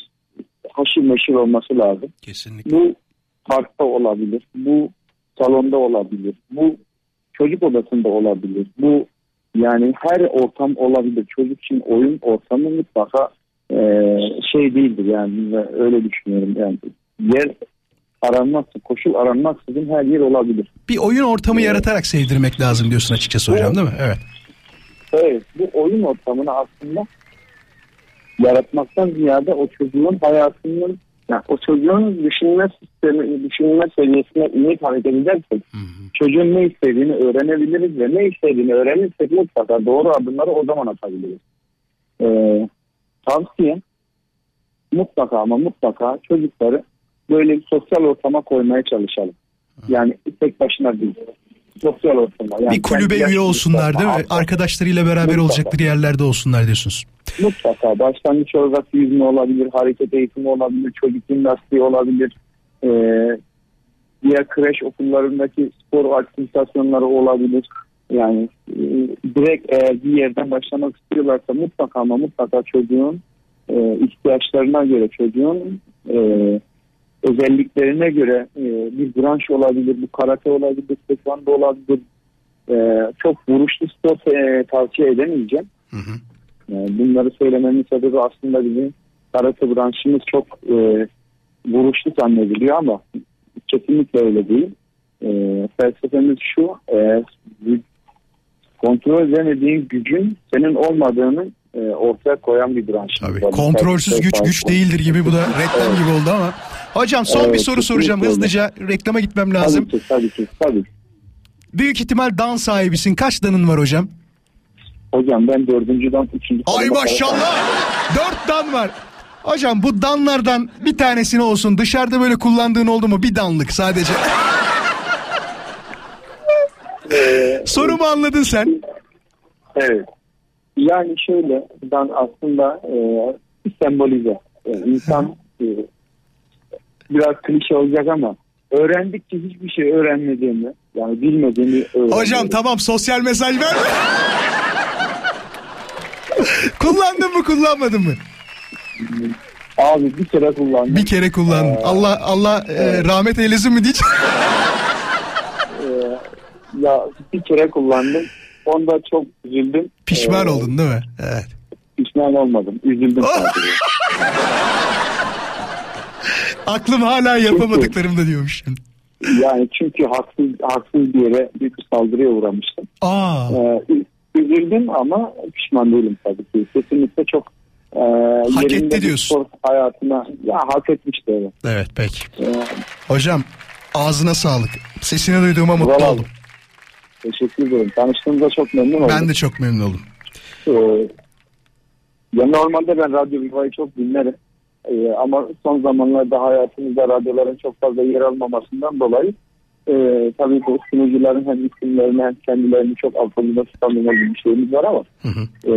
haşır neşir olması lazım. Kesinlikle. Bu parkta olabilir, bu salonda olabilir, bu çocuk odasında olabilir, bu yani her ortam olabilir. Çocuk için oyun ortamı mutlaka e, şey değildir yani öyle düşünüyorum yani. Yer aranmaksızın, koşul aranmaksızın her yer olabilir. Bir oyun ortamı evet. yaratarak sevdirmek lazım diyorsun açıkçası hocam, değil mi? Evet. Evet, bu oyun ortamını aslında yaratmaktan ziyade o çocuğun hayatının, yani o çocuğun düşünme sistemi, düşünme seviyesine inip hareket edersek, hı hı. çocuğun ne istediğini öğrenebiliriz ve ne istediğini öğrenirsek mutlaka doğru adımları o zaman atabiliriz. Ee, tavsiyem mutlaka ama mutlaka çocukları böyle bir sosyal ortama koymaya çalışalım. Yani tek başına değil. Sosyal ortama. Yani bir kulübe üye olsunlar değil mi? Mutlaka. Arkadaşlarıyla beraber mutlaka. olacakları yerlerde olsunlar diyorsunuz. Mutlaka. Başlangıç olarak yüzme olabilir, hareket eğitimi olabilir, çocuk jimnastiği olabilir. Ee, diğer kreş okullarındaki spor aktivitasyonları olabilir. Yani e, direkt eğer bir yerden başlamak istiyorlarsa mutlaka ama mutlaka çocuğun e, ihtiyaçlarına göre çocuğun e, özelliklerine göre e, bir branş olabilir, bu karate olabilir, tekvando olabilir. E, çok vuruşlu spor e, tavsiye edemeyeceğim. Hı hı. E, bunları söylememin sebebi aslında bizim karate branşımız çok e, vuruşlu zannediliyor ama kesinlikle öyle değil. E, felsefemiz şu, e, kontrol edemediğin gücün senin olmadığını e, ortaya koyan bir branş. Tabii. Kontrolsüz güç güç değildir gibi, bu da reklam evet. gibi oldu ama. Hocam son evet, bir soru soracağım. Hızlıca reklama gitmem lazım. Tabii ki, tabii ki, tabii. Büyük ihtimal dan sahibisin. Kaç danın var hocam? Hocam ben dördüncü dan, üçüncü dan. Ay maşallah. Dört dan var. Hocam bu danlardan bir tanesini olsun. Dışarıda böyle kullandığın oldu mu? Bir danlık sadece. Ee, Sorumu anladın sen. Evet. Yani şöyle, dan aslında e, sembolize. Yani insan e, biraz klişe olacak ama öğrendikçe hiçbir şey öğrenmediğimi, yani bilmediğimi öğreniyorum. Hocam tamam, sosyal mesaj verme. Kullandın mı, kullanmadın mı? Abi bir kere kullandım. Bir kere kullandım. Ee, Allah Allah evet. e, rahmet eylesin mi diyeceğim? ee, ya bir kere kullandım. Onda çok üzüldüm. Pişman ee, oldun değil mi? Evet. Pişman olmadım. Üzüldüm sadece. Aklım hala yapamadıklarımda diyormuş şimdi. Yani çünkü haksız haksız bir yere bir saldırıya uğramıştım. Aa. Ee, üzüldüm ama pişman değilim tabii ki. Kesinlikle çok e, hak etti diyorsun. Spor hayatına ya hak etmişti. Evet, evet peki. Ee, Hocam ağzına sağlık. Sesini duyduğuma mutlu Vallahi. oldum. Teşekkür ederim. Tanıştığımda çok memnun oldum. Ben de çok memnun oldum. Ee, ya normalde ben Radyo Viva'yı çok dinlerim. Ee, ama son zamanlarda hayatımızda radyoların çok fazla yer almamasından dolayı e, tabii bu sunucuların hem isimlerini hem kendilerini çok aklımda tutamama gibi bir şeyimiz var ama hı hı. E,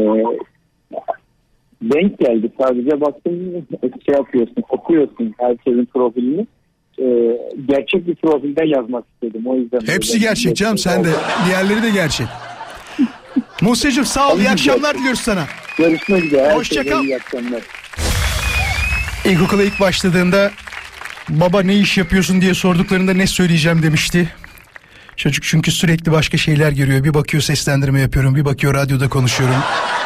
denk geldi. Sadece baktım şey yapıyorsun, okuyorsun herkesin profilini. E, gerçek bir profilden yazmak istedim. O yüzden hepsi gerçek canım, sen de diğerleri de gerçek. Muse'cim sağ ol, iyi akşamlar diliyoruz sana. Görüşmek üzere. Hoşça kal. İyi akşamlar. İlkokula ilk başladığında baba ne iş yapıyorsun diye sorduklarında ne söyleyeceğim demişti. Çocuk çünkü sürekli başka şeyler görüyor. Bir bakıyor seslendirme yapıyorum, bir bakıyor radyoda konuşuyorum.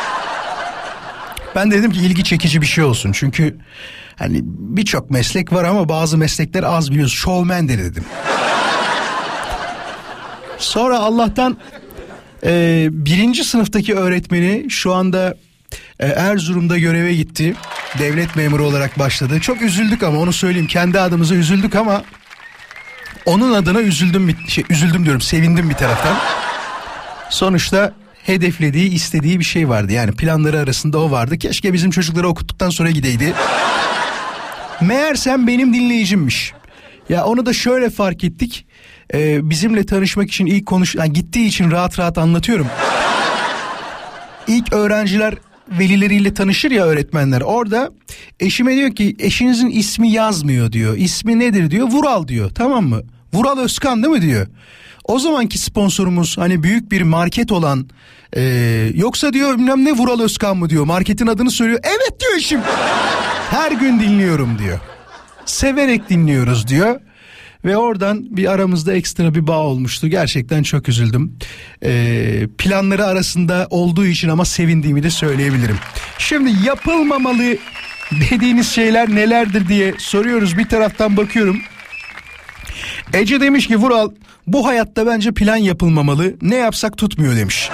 Ben de dedim ki ilgi çekici bir şey olsun. Çünkü hani birçok meslek var ama bazı meslekler az biliyoruz. Showman de dedim. Sonra Allah'tan e, birinci sınıftaki öğretmeni şu anda e, Erzurum'da göreve gitti. Devlet memuru olarak başladı. Çok üzüldük ama onu söyleyeyim. Kendi adımıza üzüldük ama onun adına üzüldüm, şey, üzüldüm diyorum, sevindim bir taraftan. Sonuçta hedeflediği, istediği bir şey vardı. Yani planları arasında o vardı. Keşke bizim çocukları okuttuktan sonra gideydi. Meğersem benim dinleyicimmiş. Ya onu da şöyle fark ettik. Ee, bizimle tanışmak için ilk konuş... Yani gittiği için rahat rahat anlatıyorum. İlk öğrenciler velileriyle tanışır ya öğretmenler. Orada eşime diyor ki eşinizin ismi yazmıyor diyor. İsmi nedir diyor. Vural diyor, tamam mı? Vural Özkan değil mi diyor. O zamanki sponsorumuz hani büyük bir market olan e, yoksa diyor bilmem ne Vural Özkan mı diyor. Marketin adını söylüyor. Evet diyor eşim. Her gün dinliyorum diyor. Severek dinliyoruz diyor. Ve oradan bir aramızda ekstra bir bağ olmuştu. Gerçekten çok üzüldüm. Ee, planları arasında olduğu için ama sevindiğimi de söyleyebilirim. Şimdi yapılmamalı dediğiniz şeyler nelerdir diye soruyoruz. Bir taraftan bakıyorum. Ece demiş ki Vural, bu hayatta bence plan yapılmamalı. Ne yapsak tutmuyor demiş.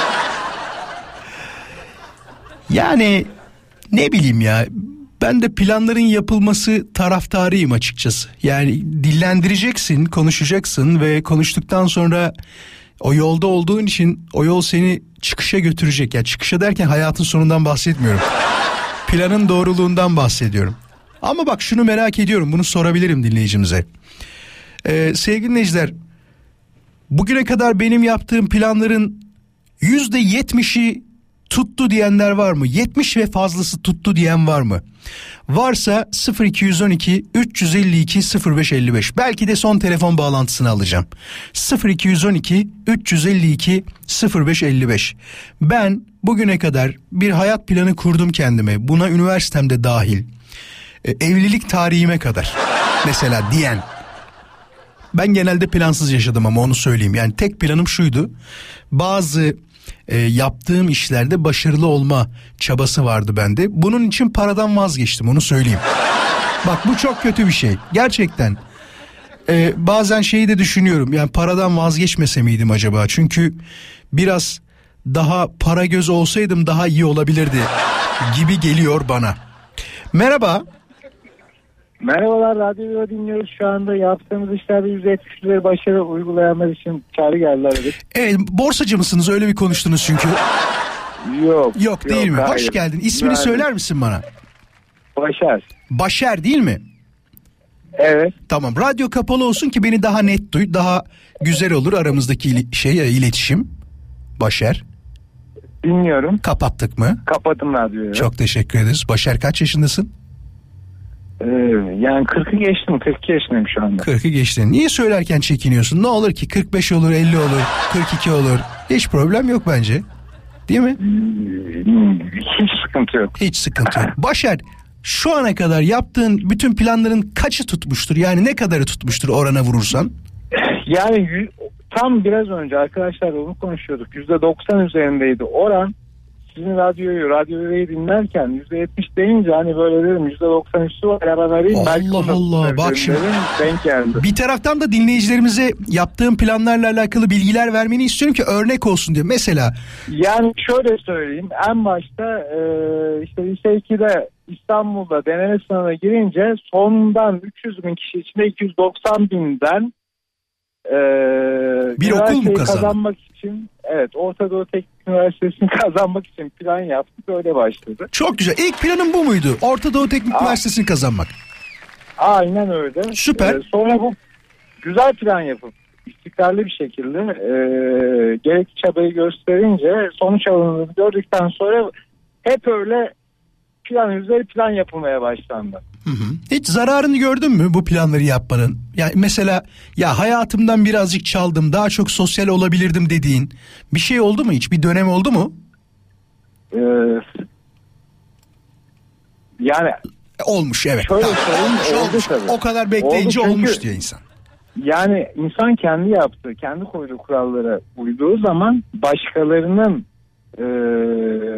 Yani ne bileyim ya. Ben de planların yapılması taraftarıyım açıkçası. Yani dillendireceksin, konuşacaksın ve konuştuktan sonra o yolda olduğun için o yol seni çıkışa götürecek. Yani çıkışa derken hayatın sonundan bahsetmiyorum. Planın doğruluğundan bahsediyorum. Ama bak şunu merak ediyorum, bunu sorabilirim dinleyicimize. Ee, sevgili dinleyiciler, bugüne kadar benim yaptığım planların yüzde yetmişi tuttu diyenler var mı? yetmiş ve fazlası tuttu diyen var mı? Varsa sıfır iki on iki üç yüz elli iki sıfır beş elli beş. Belki de son telefon bağlantısını alacağım. sıfır iki on iki üç yüz elli iki sıfır beş elli beş. Ben bugüne kadar bir hayat planı kurdum kendime. Buna üniversitemde dahil. E, evlilik tarihime kadar. Mesela diyen. Ben genelde plansız yaşadım ama onu söyleyeyim. Yani tek planım şuydu. Bazı E, yaptığım işlerde başarılı olma çabası vardı bende. Bunun için paradan vazgeçtim, onu söyleyeyim. Bak bu çok kötü bir şey gerçekten. E, bazen şeyi de düşünüyorum, yani paradan vazgeçmese miydim acaba? Çünkü biraz daha para göz olsaydım daha iyi olabilirdi gibi geliyor bana. Merhaba. Merhabalar, radyoyu dinliyoruz. Şu anda yaptığımız işlerde yüzde yetmişleri başarı uygulayanlar için çağrı geldiler. Evet, borsacı mısınız? Öyle bir konuştunuz çünkü. Yok. Yok değil yok, mi? Hayır. Hoş geldin. İsmini hayır. Söyler misin bana? Başar. Başar değil mi? Evet. Tamam, radyo kapalı olsun ki beni daha net duy. Daha güzel olur aramızdaki il- şey iletişim. Başar. Dinliyorum. Kapattık mı? Kapattım radyoyu. Çok teşekkür ederiz. Başar kaç yaşındasın? Yani kırkı geçtim, kırk iki yaşındayım şu anda. kırkı geçtin. Niye söylerken çekiniyorsun? Ne olur ki kırk beş olur, elli olur, kırk iki olur. Hiç problem yok bence. Değil mi? Hiç sıkıntı yok. Hiç sıkıntı yok. Başar, şu ana kadar yaptığın bütün planların kaçı tutmuştur? Yani ne kadarı tutmuştur orana vurursan? Yani tam biraz önce arkadaşlarla onu konuşuyorduk. yüzde doksan üzerindeydi oran. Sizin radyoyu, radyoyu dinlerken yüzde yetmiş deyince hani böyle dedim yüzde doksan üstü var ya ben arayayım. Allah Allah bak şimdi denk geldi. Bir taraftan da dinleyicilerimize yaptığım planlarla alakalı bilgiler vermeni istiyorum ki örnek olsun diye. Mesela yani şöyle söyleyeyim, en başta e, işte lise ikide İstanbul'da deneme sınavına girince sondan üç yüz bin kişi içinde iki yüz doksan binden e, bir okul mu kazandın? Kazanmak için, evet, Orta Doğu Teknik Üniversitesi'ni kazanmak için plan yaptık, öyle başladı. Çok güzel. İlk planın bu muydu? Orta Doğu Teknik Aa, Üniversitesi'ni kazanmak. Aynen öyle. Süper. Ee, sonra bu güzel plan yapıp istikrarlı bir şekilde e, gerekli çabayı gösterince sonuç alındığını gördükten sonra hep öyle plan üzeri plan yapılmaya başlandı. Hı hı. Hiç zararını gördün mü bu planları yapmanın? Yani mesela ya hayatımdan birazcık çaldım, daha çok sosyal olabilirdim dediğin bir şey oldu mu hiç? Bir dönem oldu mu? Ee, yani olmuş evet. Şöyle tamam. söyleyeyim, olmuş, oldu olmuş. tabii. O kadar bekleyince oldu çünkü, olmuş diyor insan. Yani insan kendi yaptığı, kendi koyduğu kurallara uyduğu zaman başkalarının e,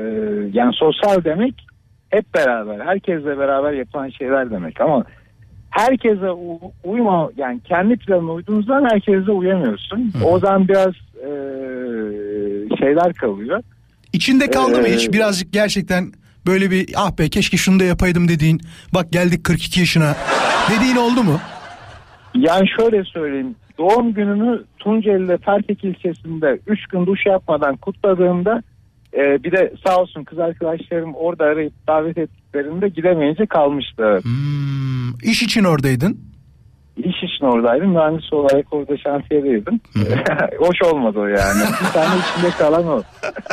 yani sosyal demek hep beraber, herkesle beraber yapılan şeyler demek ama herkese u- uyma, yani kendi planına uyduğunuzdan herkese uyamıyorsun. Hı. O zaman biraz e, şeyler kalıyor. İçinde kaldı ee, mı hiç birazcık gerçekten böyle bir ah be keşke şunu da yapaydım dediğin, bak geldik kırk iki yaşına dediğin oldu mu? Yani şöyle söyleyeyim, doğum günümü Tunceli'de Pertek ilçesinde üç gün duş yapmadan kutladığımda e, bir de sağ olsun kız arkadaşlarım orada arayıp davet ettiklerinde gidemeyince kalmıştı. Hmm, iş için oradaydın? İş için oradaydım, mühendis olarak orada şantiyedeydim. Hoş olmadı o yani. Bir tane içinde kalan o.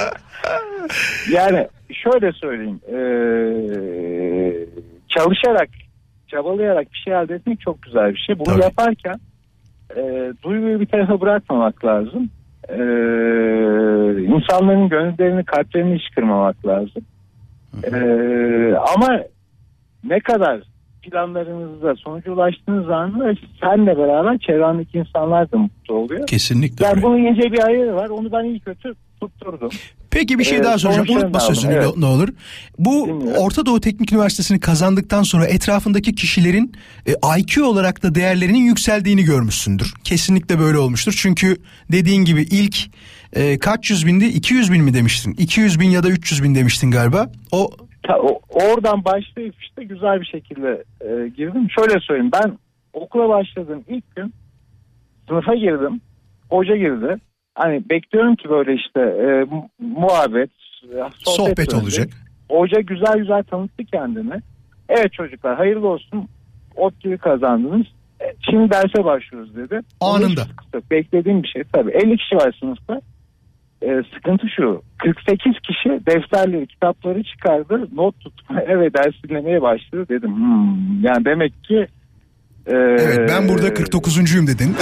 Yani şöyle söyleyeyim, e, çalışarak, çabalayarak bir şey elde etmek çok güzel bir şey. Bunu Tabii. yaparken e, duyguyu bir tarafa bırakmamak lazım. E, insanların gönüllerini, kalplerini hiç kırmamak lazım. E, ama ne kadar planlarınızda sonuca ulaştığınız anda senle beraber çevrendeki insanlar da mutlu oluyor. Kesinlikle. Yani bunun ince bir ayarı var. Onu ben iyi kötü tutturdum. Peki bir şey ee, daha soracağım. Unutma sözünü evet. ne olur. Bu Bilmiyorum. Orta Doğu Teknik Üniversitesi'ni kazandıktan sonra etrafındaki kişilerin e, I Q olarak da değerlerinin yükseldiğini görmüşsündür. Kesinlikle böyle olmuştur. Çünkü dediğin gibi ilk e, kaç yüz bindi? iki yüz bin mi demiştin? iki yüz bin ya da üç yüz bin demiştin galiba. O Ta, o, oradan başlayıp işte güzel bir şekilde e, girdim. Şöyle söyleyeyim, ben okula başladığım ilk gün sınıfa girdim. Hoca girdi. Hani bekliyorum ki böyle işte e, muhabbet, sohbet, sohbet olacak. Hoca güzel güzel tanıttı kendini. Evet çocuklar hayırlı olsun, ODTÜ'yü kazandınız. Şimdi derse başlıyoruz dedi. Anında. Beklediğim bir şey tabii. elli kişi var sınıfta. Ee, sıkıntı şu, kırk sekiz kişi defterleri, kitapları çıkardı, not tutmaya ve ders dinlemeye başladı. Dedim hmm, yani demek ki e, evet ben burada kırk dokuzuncuyum dedin.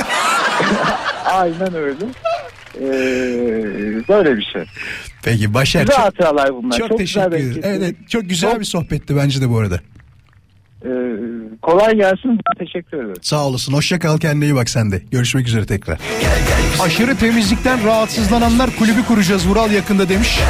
Aynen öyle. Ee, böyle bir şey. Peki Başar, güzel çok, hatıralar bunlar. Çok, çok teşekkür ederim. Evet, çok güzel çok, bir sohbetti bence de bu arada. E, kolay gelsin. Teşekkür ederim. Sağ olasın. Hoşça kal, kendine iyi bak sen de. Görüşmek üzere tekrar. Aşırı temizlikten rahatsızlananlar kulübü kuracağız Vural yakında demiş.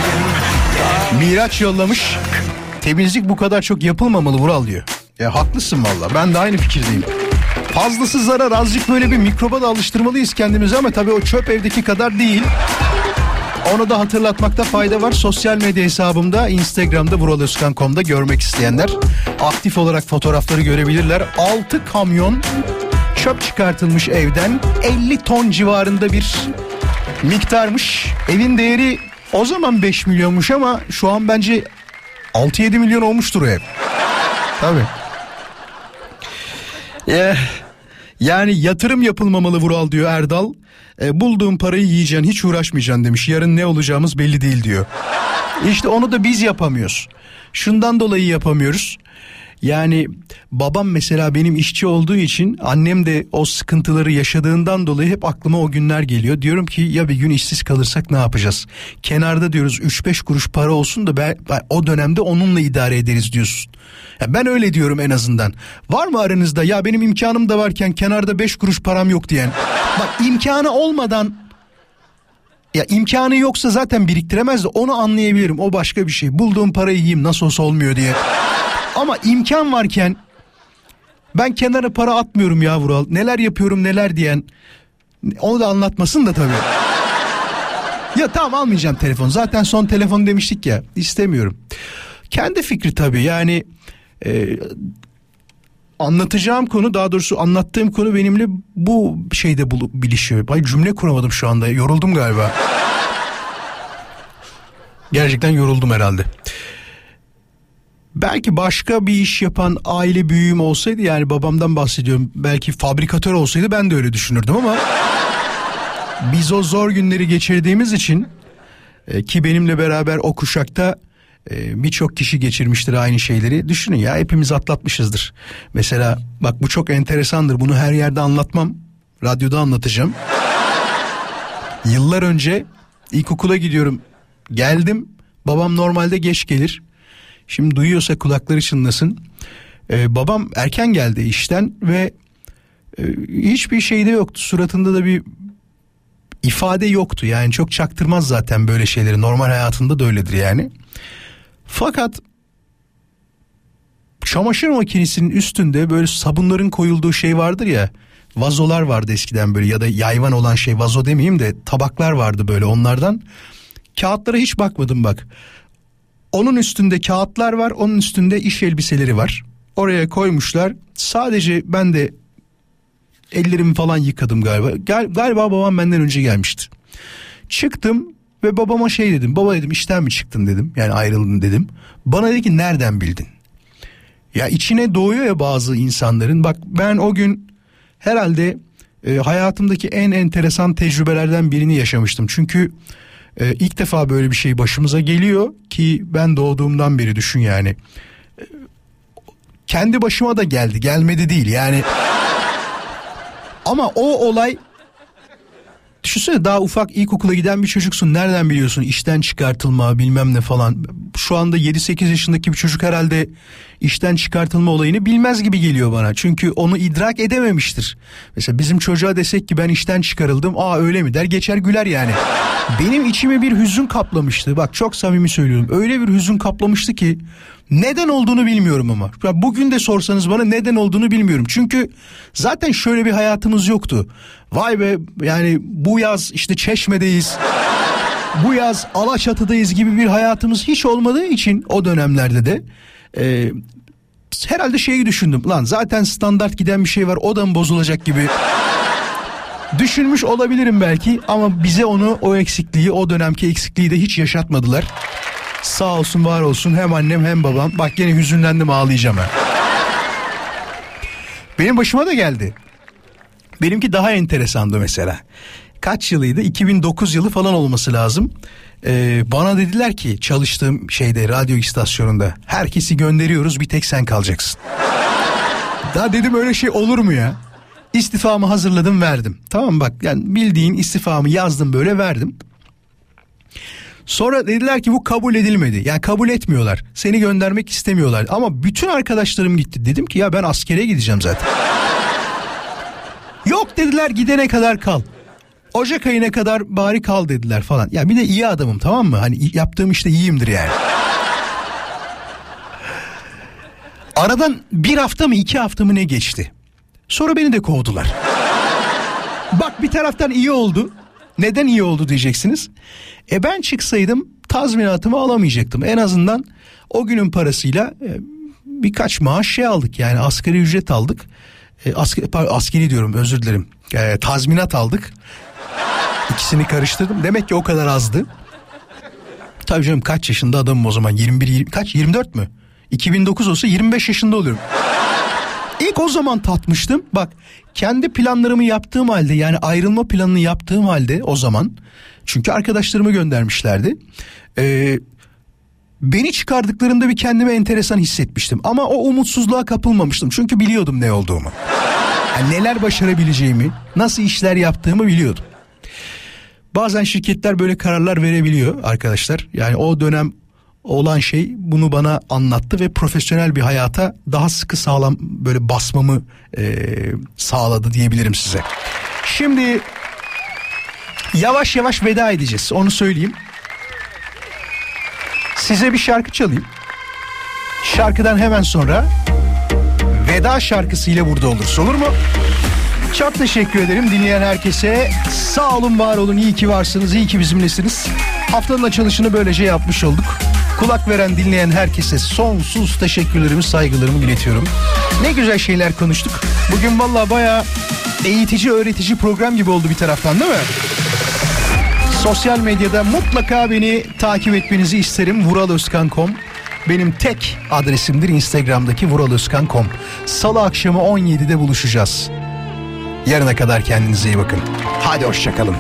Miraç yollamış. Temizlik bu kadar çok yapılmamalı Vural diyor. Ya haklısın valla. Ben de aynı fikirdeyim. Fazlası zarar. Azıcık böyle bir mikroba da alıştırmalıyız kendimizi ama tabii o çöp evdeki kadar değil. Onu da hatırlatmakta fayda var. Sosyal medya hesabımda, Instagram'da vural özkan nokta com'da görmek isteyenler aktif olarak fotoğrafları görebilirler. altı kamyon çöp çıkartılmış evden, elli ton civarında bir miktarmış. Evin değeri o zaman beş milyonmuş ama şu an bence altı yedi milyon olmuştur o ev. Tabii. Eh, yani yatırım yapılmamalı Vural diyor Erdal. E, bulduğun parayı yiyeceksin, hiç uğraşmayacaksın demiş. Yarın ne olacağımız belli değil diyor. İşte onu da biz yapamıyoruz. Şundan dolayı yapamıyoruz. Yani babam mesela benim işçi olduğu için, annem de o sıkıntıları yaşadığından dolayı hep aklıma o günler geliyor. Diyorum ki ya bir gün işsiz kalırsak ne yapacağız? Kenarda diyoruz üç beş kuruş para olsun da ben, ben o dönemde onunla idare ederiz diyorsun. Ya ben öyle diyorum en azından. Var mı aranızda ya benim imkanım da varken kenarda beş kuruş param yok diyen? Bak imkanı olmadan, ya imkanı yoksa zaten biriktiremez de onu anlayabilirim. O başka bir şey. Bulduğum parayı yiyeyim nasıl olsa olmuyor diye. Ama imkan varken ben kenara para atmıyorum ya Vural. Neler yapıyorum neler diyen, onu da anlatmasın da tabii. Ya tamam almayacağım telefon. Zaten son telefon demiştik ya. İstemiyorum. Kendi fikri tabii yani e, anlatacağım konu, daha doğrusu anlattığım konu benimle bu şeyde bulup bilişiyor. Ay cümle kuramadım şu anda. Yoruldum galiba. Gerçekten yoruldum herhalde. Belki başka bir iş yapan aile büyüğüm olsaydı, yani babamdan bahsediyorum, belki fabrikatör olsaydı ben de öyle düşünürdüm ama biz o zor günleri geçirdiğimiz için e, ki benimle beraber o kuşakta e, birçok kişi geçirmiştir aynı şeyleri. Düşünün ya, hepimiz atlatmışızdır. Mesela bak bu çok enteresandır, bunu her yerde anlatmam, radyoda anlatacağım. Yıllar önce ilkokula gidiyorum, geldim, babam normalde geç gelir. Şimdi duyuyorsa kulakları çınlasın. Ee, babam erken geldi işten ve e, hiçbir şeyde yoktu. Suratında da bir ifade yoktu. Yani çok çaktırmaz zaten böyle şeyleri. Normal hayatında da öyledir yani. Fakat çamaşır makinesinin üstünde böyle sabunların koyulduğu şey vardır ya. Vazolar vardı eskiden böyle, ya da yayvan olan şey, vazo demeyeyim de tabaklar vardı böyle onlardan. Kağıtlara hiç bakmadım bak. Onun üstünde kağıtlar var, onun üstünde iş elbiseleri var. Oraya koymuşlar. Sadece ben de ellerimi falan yıkadım galiba. Gal- galiba babam benden önce gelmişti. Çıktım ve babama şey dedim. Baba dedim, işten mi çıktın dedim. Yani ayrıldın dedim. Bana dedi ki nereden bildin? Ya içine doğuyor ya bazı insanların. Bak ben o gün herhalde e, hayatımdaki en enteresan tecrübelerden birini yaşamıştım. Çünkü e, ilk defa böyle bir şey başımıza geliyor ki ben doğduğumdan beri düşün yani. E, kendi başıma da geldi, gelmedi değil yani. Ama o olay, düşünsene daha ufak ilkokula giden bir çocuksun, nereden biliyorsun işten çıkartılma bilmem ne falan. Şu anda yedi sekiz yaşındaki bir çocuk herhalde işten çıkartılma olayını bilmez gibi geliyor bana. Çünkü onu idrak edememiştir. Mesela bizim çocuğa desek ki ben işten çıkarıldım, aa öyle mi der, geçer güler yani. Benim içime bir hüzün kaplamıştı, bak çok samimi söylüyorum, öyle bir hüzün kaplamıştı ki neden olduğunu bilmiyorum ama. Bugün de sorsanız bana neden olduğunu bilmiyorum. Çünkü zaten şöyle bir hayatımız yoktu. Vay be yani bu yaz işte Çeşme'deyiz, bu yaz Alaçatı'dayız gibi bir hayatımız hiç olmadığı için o dönemlerde de e, herhalde şeyi düşündüm. Lan zaten standart giden bir şey var, o da mı bozulacak gibi düşünmüş olabilirim belki. Ama bize onu, o eksikliği, o dönemki eksikliği de hiç yaşatmadılar. Sağ olsun var olsun hem annem hem babam. Bak yine hüzünlendim, ağlayacağım ha. Benim başıma da geldi. Benimki daha enteresandı mesela. Kaç yılıydı? iki bin dokuz yılı falan olması lazım. Ee, bana dediler ki çalıştığım şeyde, radyo istasyonunda, herkesi gönderiyoruz, bir tek sen kalacaksın. Daha dedim öyle şey olur mu ya? İstifamı hazırladım, verdim. Tamam bak yani bildiğin istifamı yazdım böyle, verdim. Sonra dediler ki bu kabul edilmedi. Yani kabul etmiyorlar. Seni göndermek istemiyorlar. Ama bütün arkadaşlarım gitti. Dedim ki ya ben askere gideceğim zaten. Yok dediler, gidene kadar kal. Ocak ayına kadar bari kal dediler falan. Ya bir de iyi adamım, tamam mı? Hani yaptığım işte iyiyimdir yani. Aradan bir hafta mı iki hafta mı ne geçti? Sonra beni de kovdular. Bak bir taraftan iyi oldu. Neden iyi oldu diyeceksiniz. E ben çıksaydım tazminatımı alamayacaktım. En azından o günün parasıyla e, birkaç maaş şey aldık. Yani asgari ücret aldık. E, asker, pardon, askeri diyorum, özür dilerim. E, tazminat aldık. İkisini karıştırdım. Demek ki o kadar azdı. Tabii canım, kaç yaşında adamım o zaman? yirmi bir, yirmi, kaç? yirmi dört mü? iki bin dokuz olsa yirmi beş yaşında oluyorum. İlk o zaman tatmıştım. Bak kendi planlarımı yaptığım halde, yani ayrılma planını yaptığım halde o zaman, çünkü arkadaşlarımı göndermişlerdi. Ee, beni çıkardıklarında bir kendime enteresan hissetmiştim. Ama o umutsuzluğa kapılmamıştım. Çünkü biliyordum ne olduğumu. Yani neler başarabileceğimi, nasıl işler yaptığımı biliyordum. Bazen şirketler böyle kararlar verebiliyor arkadaşlar. Yani o dönem olan şey bunu bana anlattı ve profesyonel bir hayata daha sıkı sağlam böyle basmamı e, sağladı diyebilirim size. Şimdi yavaş yavaş veda edeceğiz, onu söyleyeyim. Size bir şarkı çalayım. Şarkıdan hemen sonra veda şarkısıyla burada oluruz, olur mu? Çok teşekkür ederim dinleyen herkese. Sağ olun, var olun, iyi ki varsınız, iyi ki bizimlesiniz. Haftanın açılışını böylece yapmış olduk. Kulak veren, dinleyen herkese sonsuz teşekkürlerimi, saygılarımı iletiyorum. Ne güzel şeyler konuştuk. Bugün vallahi bayağı eğitici, öğretici program gibi oldu bir taraftan, değil mi? Sosyal medyada mutlaka beni takip etmenizi isterim. vuralozkan nokta com benim tek adresimdir, Instagram'daki vuralozkan nokta com. Salı akşamı on yedide buluşacağız. Yarına kadar kendinize iyi bakın. Hadi hoşça kalın.